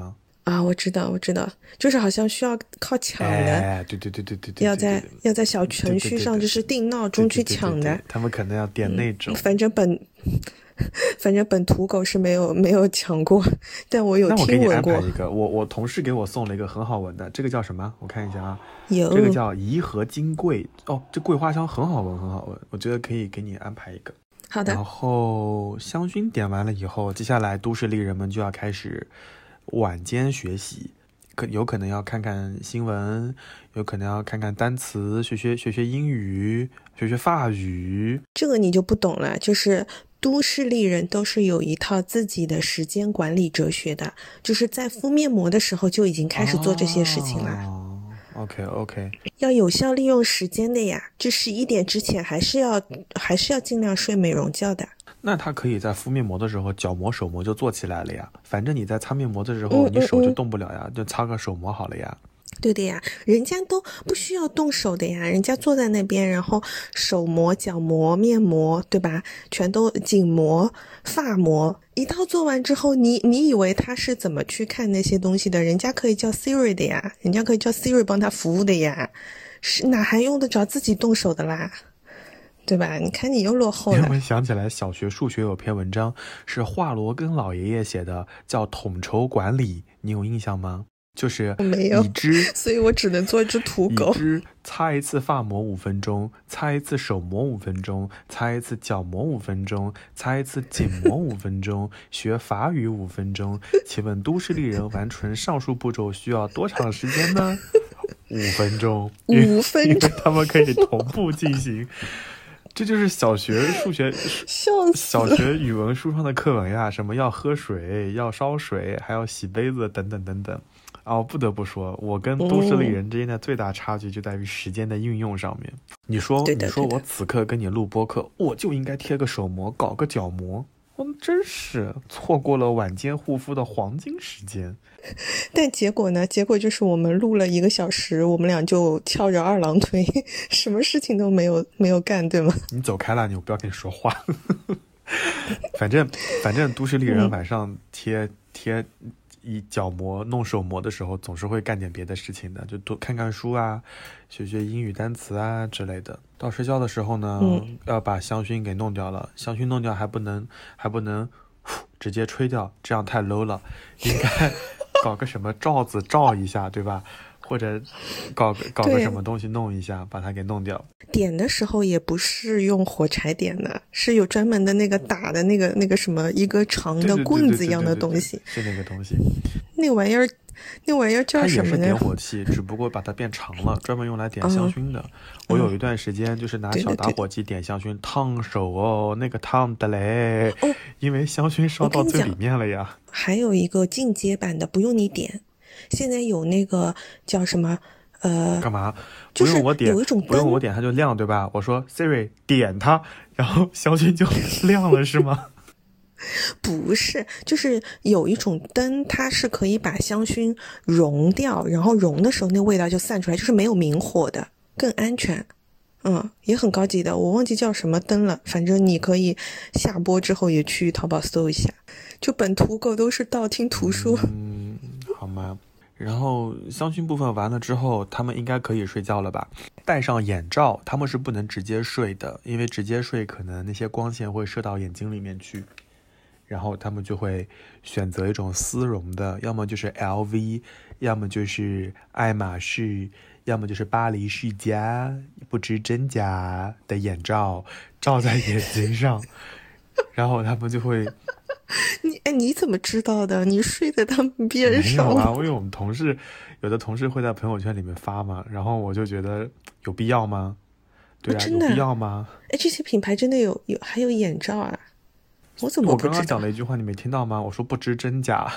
啊，我知道，我知道，就是好像需要靠抢的， 哎，对对对对对对， 要在要在小程序上就是定闹钟去抢的， 他们可能要点那种。 嗯、反正本反正本土狗是没有没有抢过，但我有听闻过。 那我给你安排一个，我我同事给我送了一个很好闻的，这个叫什么？我看一下啊， 有这个叫颐和金桂哦，这桂花香很好闻，很好闻，我觉得可以给你安排一个。 好的。 然后香薰点完了以后，接下来都市丽人们就要开始晚间学习，可有可能要看看新闻，有可能要看看单词，学学学学英语，学学法语。 这个你就不懂了，就是都市丽人都是有一套自己的时间管理哲学的，就是在敷面膜的时候就已经开始做这些事情了。 哦OK OK， 要有效利用时间的呀，这十一点之前还是要还是要尽量睡美容觉的。 那他可以在敷面膜的时候，脚膜手膜就做起来了呀。反正你在擦面膜的时候，嗯嗯嗯你手就动不了呀，就擦个手膜好了呀。 对的呀，人家都不需要动手的呀，人家坐在那边，然后手膜、脚膜、面膜，对吧？全都颈膜、发膜，一套做完之后，你你以为他是怎么去看那些东西的？人家可以叫 Siri 的呀，人家可以叫 Siri 帮他服务的呀，是哪还用得着自己动手的啦？对吧？你看你又落后了。 我想起来小学数学有篇文章是华罗庚老爷爷写的，叫统筹管理，你有印象吗？就是没有， 已知， 所以我只能做一只土狗。 已知擦一次发膜五分钟，擦一次手膜五分钟，擦一次脚膜五分钟，擦一次颈膜五分钟，学法语五分钟。请问都市丽人完成上述步骤需要多长时间呢？五分钟， 五分钟， 因为他们可以同步进行。这就是小学数学、小学语文书上的课文呀，什么要喝水、要烧水，还要洗杯子，等等等等。哦，不得不说，我跟都市丽人之间的最大差距就在于时间的运用上面。你说， 对的你说我此刻跟你录播客，我就应该贴个手膜，搞个脚膜，我真是错过了晚间护肤的黄金时间。 但结果呢？结果就是我们录了一个小时，我们俩就翘着二郎腿，什么事情都没有没有干，对吗？ 你走开了，你不要跟你说话。反正反正都市丽人晚上贴、嗯、贴一角膜弄手膜的时候，总是会干点别的事情的，就多看看书啊，学学英语单词啊之类的。到睡觉的时候呢、嗯、要把香薰给弄掉了，香薰弄掉还不能还不能直接吹掉，这样太 low 了，应该搞个什么罩子罩一下，对吧？或者搞搞个什么东西弄一下，把它给弄掉。 点的时候也不是用火柴点的，是有专门的那个打的那个那个什么一个长的棍子一样的东西， 是那个东西。 那个玩意儿，那玩意儿叫什么呢？ 它也是点火器，只不过把它变长了，专门用来点香薰的。嗯、我有一段时间就是拿小打火机点香薰，烫手哦，那个烫的嘞， 哦， 因为香薰烧到最里面了呀。 还有一个进阶版的，不用你点。现在有那个叫什么呃， 干嘛？ 就不用我点， 有一种不用我点它就亮，对吧？我说 Siri 点它，然后香薰就亮了，是吗？ 不是，就是有一种灯，它是可以把香薰融掉，然后融的时候那味道就散出来，就是没有明火的，更安全。嗯，也很高级的，我忘记叫什么灯了，反正你可以下播之后也去淘宝搜一下。就本土狗都是道听途说。 嗯，好吗？然后香薰部分完了之后，他们应该可以睡觉了吧？戴上眼罩，他们是不能直接睡的，因为直接睡可能那些光线会射到眼睛里面去。然后他们就会选择一种丝绒的，要么就是 L V， 要么就是爱马仕，要么就是巴黎世家，不知真假的眼罩罩在眼睛上，然后他们就会。 你哎，你怎么知道的？你睡在他们边上？ 没有啊，因为我们同事有的同事会在朋友圈里面发嘛，然后我就觉得有必要吗？对啊， 真的有必要吗？ 哎，这些品牌真的有有还有眼罩啊？我怎么不知道？ 我刚刚讲了一句话，你没听到吗？我说不知真假。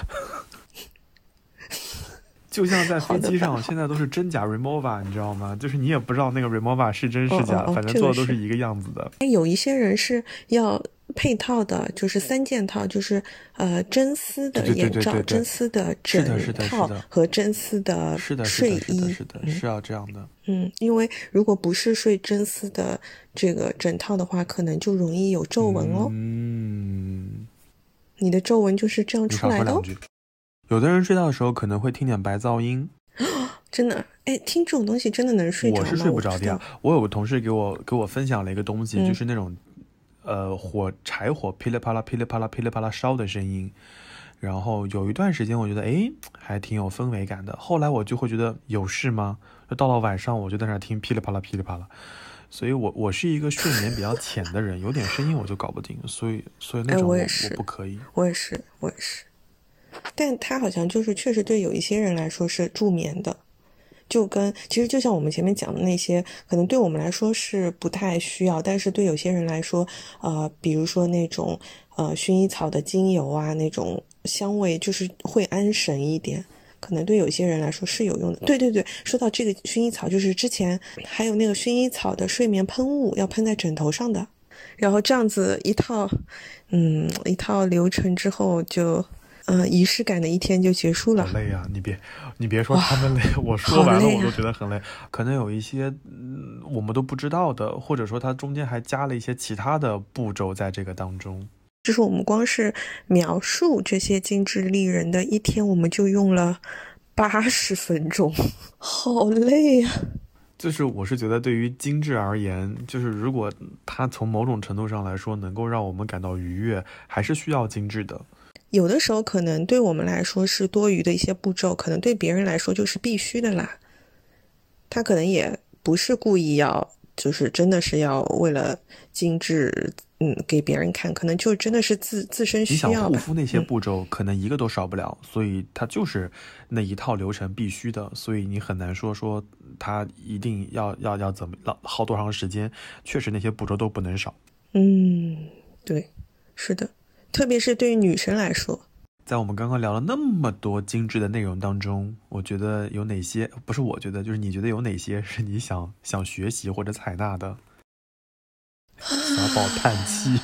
就像在飞机上，现在都是真假 Remova， 你知道吗？就是你也不知道那个 Remova 是真是假， 哦哦哦， 反正做的都是一个样子的。 有一些人是要配套的，就是三件套，就是呃真丝的眼罩、 对对对对对真丝的枕套和真丝的睡衣， 是的，是要这样的。 嗯，因为如果不是睡真丝的这个枕套的话，可能就容易有皱纹哦。 嗯， 你的皱纹就是这样出来的哦。 有的人睡觉的时候可能会听点白噪音。 真的，哎，听这种东西真的能睡着吗？ 我是睡不着的呀。 我, 我有个同事给我给我分享了一个东西， 嗯、 就是那种呃火柴火噼里啪啦噼里啪啦噼里啪啦烧的声音。然后有一段时间我觉得哎还挺有氛围感的，后来我就会觉得有事吗？就到了晚上我就在那听噼里啪啦噼里啪啦。所以我我是一个睡眠比较浅的人，有点声音我就搞不定，所以所以那种我, 我, 我, 也是我不可以。 我也是我也是。但它好像就是确实对有一些人来说是助眠的，就跟其实就像我们前面讲的那些，可能对我们来说是不太需要，但是对有些人来说，呃，比如说那种呃薰衣草的精油啊，那种香味就是会安神一点，可能对有些人来说是有用的。对对对，说到这个薰衣草，就是之前还有那个薰衣草的睡眠喷雾要喷在枕头上的，然后这样子一套嗯一套流程之后就嗯，仪式感的一天就结束了。 好累啊！你别，你别说他们累，我说完了我都觉得很累。啊、可能有一些、嗯、我们都不知道的，或者说它中间还加了一些其他的步骤在这个当中。 就是我们光是描述这些精致丽人的一天，我们就用了八十分钟，好累呀、啊！ 就是我是觉得，对于精致而言，就是如果它从某种程度上来说能够让我们感到愉悦，还是需要精致的。 有的时候可能对我们来说是多余的一些步骤，可能对别人来说就是必须的啦。他可能也不是故意要，就是真的是要为了精致，嗯，给别人看，可能就真的是自自身需要吧。 你想护肤那些步骤、嗯、可能一个都少不了，所以它就是那一套流程必须的，所以你很难说说它一定要要要怎么耗多长时间，确实那些步骤都不能少。 嗯，对，是的。特别是对于女生来说， 在我们刚刚聊了那么多精致的内容当中，我觉得有哪些不是我觉得就是你觉得有哪些是你想想学习或者采纳的？小宝叹气，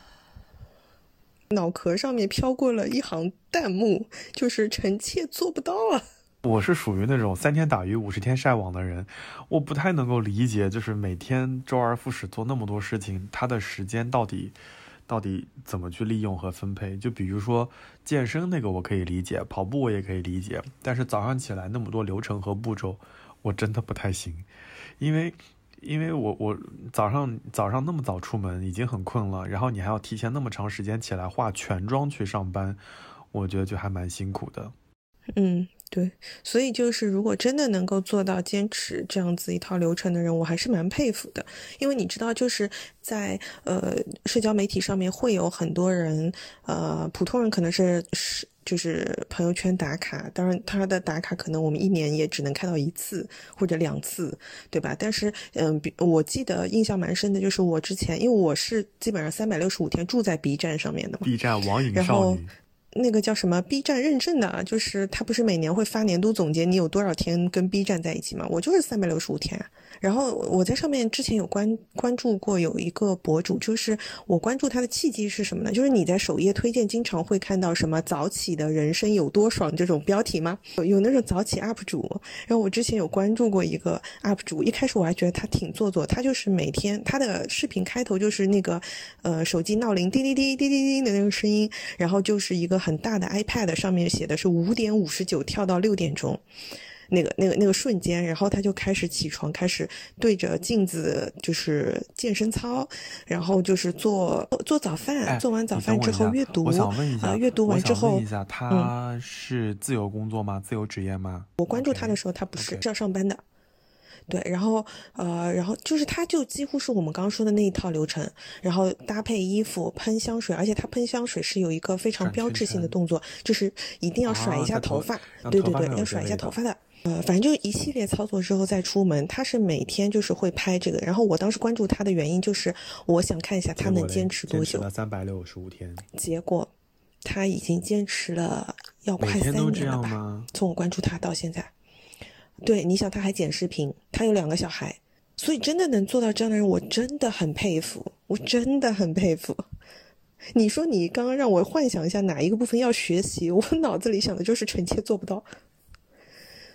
脑壳上面飘过了一行弹幕，就是臣妾做不到啊。 我是属于那种三天打鱼五十天晒网的人，我不太能够理解，就是每天周而复始做那么多事情，他的时间到底到底怎么去利用和分配。就比如说健身那个我可以理解，跑步我也可以理解，但是早上起来那么多流程和步骤我真的不太行。因为因为我我早上早上那么早出门已经很困了，然后你还要提前那么长时间起来化全妆去上班，我觉得就还蛮辛苦的。 嗯，对，所以就是如果真的能够做到坚持这样子一套流程的人，我还是蛮佩服的。因为你知道，就是在呃社交媒体上面会有很多人，呃普通人可能是是就是朋友圈打卡，当然他的打卡可能我们一年也只能看到一次或者两次，对吧？但是嗯、呃，我记得印象蛮深的，就是我之前因为我是基本上三百六十五天住在 B 站上面的嘛 ，B 站网瘾少女。 那个叫什么 B 站认证的，就是他不是每年会发年度总结，你有多少天跟 B 站在一起吗？我就是三百六十五天。然后我在上面之前有关关注过有一个博主，就是我关注他的契机是什么呢？就是你在首页推荐经常会看到什么早起的人生有多爽这种标题吗？有有那种早起 U P 主，然后我之前有关注过一个 U P 主，一开始我还觉得他挺做作，他就是每天他的视频开头就是那个呃手机闹铃滴滴滴滴滴滴的那个声音，然后就是一个很大的 iPad 上面写的是五点五十九跳到六点钟。那个那个那个瞬间，然后他就开始起床，开始对着镜子就是健身操，然后就是做做早饭、 哎， 做完早饭之后阅读。 我想问一下， 呃、阅读完之后， 我想问一下，他是自由工作吗？嗯、自由职业吗？ 我关注他的时候，他不是，是要上班的。对，然后呃，然后就是他就几乎是我们刚刚说的那一套流程，然后搭配衣服、喷香水，而且他喷香水是有一个非常标志性的动作，就是一定要甩一下头发， 啊、 对对对，要甩一下头发的。呃，反正就一系列操作之后再出门，他是每天就是会拍这个。然后我当时关注他的原因就是我想看一下他能坚持多久。 坚持了三百六十五天。 结果他已经坚持了要快三年了吧？从我关注他到现在。对，你想他还剪视频，他有两个小孩，所以真的能做到这样的人，我真的很佩服，我真的很佩服。你说你刚刚让我幻想一下哪一个部分要学习，我脑子里想的就是臣妾做不到。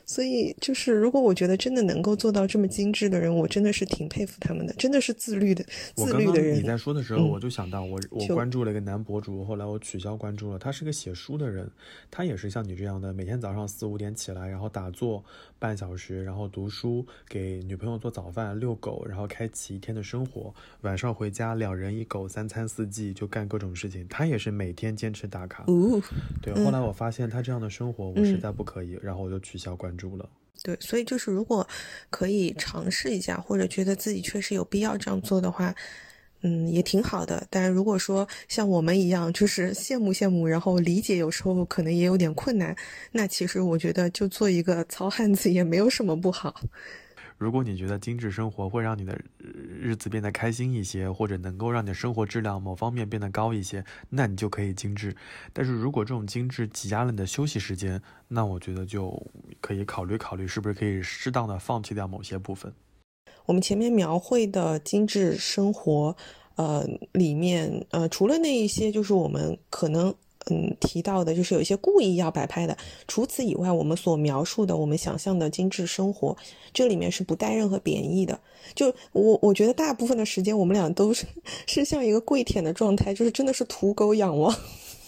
所以就是如果我觉得真的能够做到这么精致的人，我真的是挺佩服他们的，真的是自律的自律的人。 我刚刚你在说的时候， 嗯、 我就想到我我关注了一个男博主，后来我取消关注了。他是个写书的人，他也是像你这样的，每天早上四五点起来，然后打坐半小时，然后读书，给女朋友做早饭，遛狗，然后开启一天的生活。晚上回家，两人一狗，三餐四季，就干各种事情。他也是每天坚持打卡。 哦、 对，后来我发现他这样的生活，我实在不可以，嗯、然后我就取消关注了。 对，所以就是如果可以尝试一下，或者觉得自己确实有必要这样做的话，嗯，也挺好的。但如果说像我们一样，就是羡慕羡慕，然后理解有时候可能也有点困难，那其实我觉得就做一个糙汉子也没有什么不好。 如果你觉得精致生活会让你的日子变得开心一些，或者能够让你的生活质量某方面变得高一些，那你就可以精致。但是如果这种精致挤压了你的休息时间，那我觉得就可以考虑考虑是不是可以适当的放弃掉某些部分。 我们前面描绘的精致生活呃，里面呃，除了那一些就是我们可能嗯，提到的就是有一些故意要摆拍的，除此以外，我们所描述的我们想象的精致生活，这里面是不带任何贬义的。就我我觉得大部分的时间我们俩都是是像一个跪舔的状态，就是真的是土狗仰望，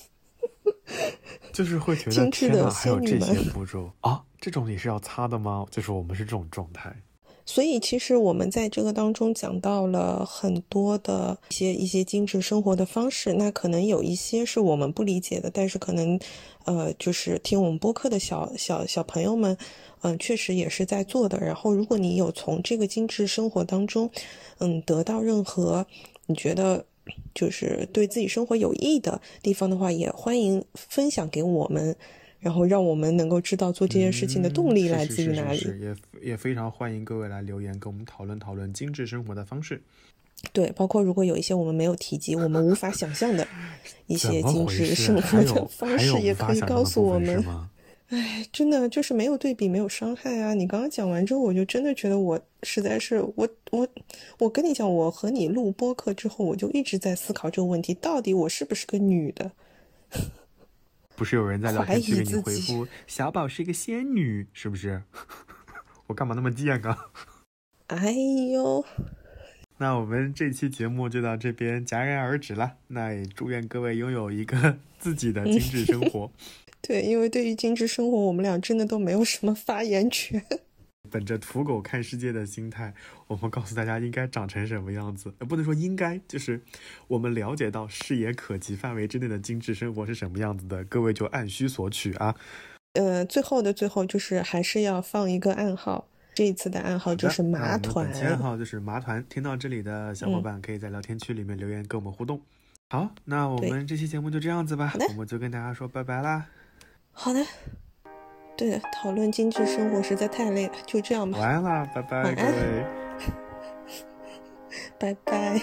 就是会觉得精致的还有这些步骤啊，这种也是要擦的吗？就是我们是这种状态。 所以其实我们在这个当中讲到了很多的一些一些精致生活的方式，那可能有一些是我们不理解的，但是可能呃就是听我们播客的小小小朋友们嗯、呃、确实也是在做的。然后如果你有从这个精致生活当中嗯得到任何你觉得就是对自己生活有益的地方的话，也欢迎分享给我们，然后让我们能够知道做这件事情的动力来自于哪里。 嗯、是是是是也也非常欢迎各位来留言跟我们讨论讨论精致生活的方式。 对，包括如果有一些我们没有提及，我们无法想象的一些精致生活的方式，也可以告诉我们。哎，真的就是没有对比没有伤害啊！你刚刚讲完之后，我就真的觉得我实在是我我我跟你讲，我和你录播客之后，我就一直在思考这个问题，到底我是不是个女的？ 不是有人在聊天区给你回复小宝是一个仙女，是不是？我干嘛那么贱啊？ 哎呦， 那我们这期节目就到这边戛然而止了。那也祝愿各位拥有一个自己的精致生活。 对，因为对于精致生活，我们俩真的都没有什么发言权。 本着土狗看世界的心态，我们告诉大家应该长成什么样子，不能说应该，就是我们了解到视野可及范围之内的精致生活是什么样子的，各位就按需索取啊。 呃，最后的最后就是还是要放一个暗号，这一次的暗号就是麻团。 本期暗号就是麻团，听到这里的小伙伴可以在聊天区里面留言跟我们互动。嗯、好，那我们这期节目就这样子吧，我们就跟大家说拜拜啦。 好的。对的，讨论精致生活实在太累了，就这样吧。 晚安啦，拜拜，各位， 拜拜。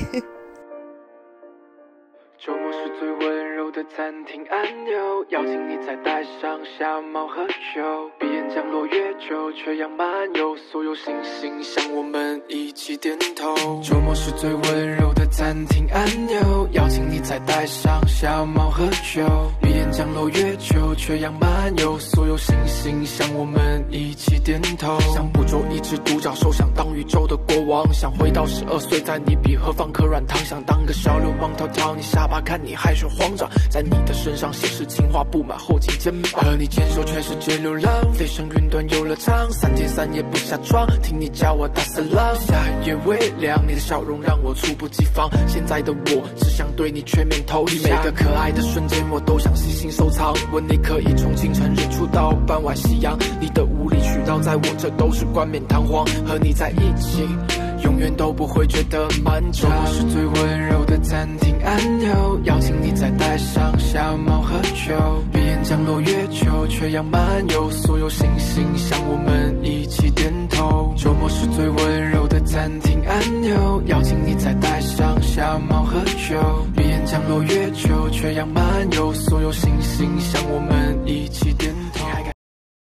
周末是最温柔的暂停按钮，邀请你再带上小猫喝酒，鼻炎降落月球，缺氧漫游，所有星星向我们一起点头。周末是最温柔的暂停按钮，邀请你再带上小猫喝酒，鼻炎降落月球，缺氧漫游，所有星星向我们一起点头。想捕捉一只独角兽，想当宇宙的国王，想回到十二岁，在你比河放颗软糖，想当个小流氓讨讨你下巴，看你害羞慌张，在你的身上显示情话布满后颈肩膀，和你牵手全世界流浪，飞上云端游乐场，三天三夜不下床，听你叫我大色狼，下一夜微凉，你的笑容让我猝不及防，现在的我只想对你全面投降，每个可爱的瞬间我都想细心收藏，问你可以从清晨日出到傍晚夕阳，你的无理取闹在我这都是冠冕堂皇，和你在一起永远都不会觉得漫长。我是最温柔的暂停按钮，邀请你再带上小猫喝酒，鼻炎降落月球，缺氧漫游，所有星星向我们一起点头。周末是最温柔的暂停按钮，邀请你再带上小猫喝酒，鼻炎降落月球，缺氧漫游，所有星星向我们一起点头。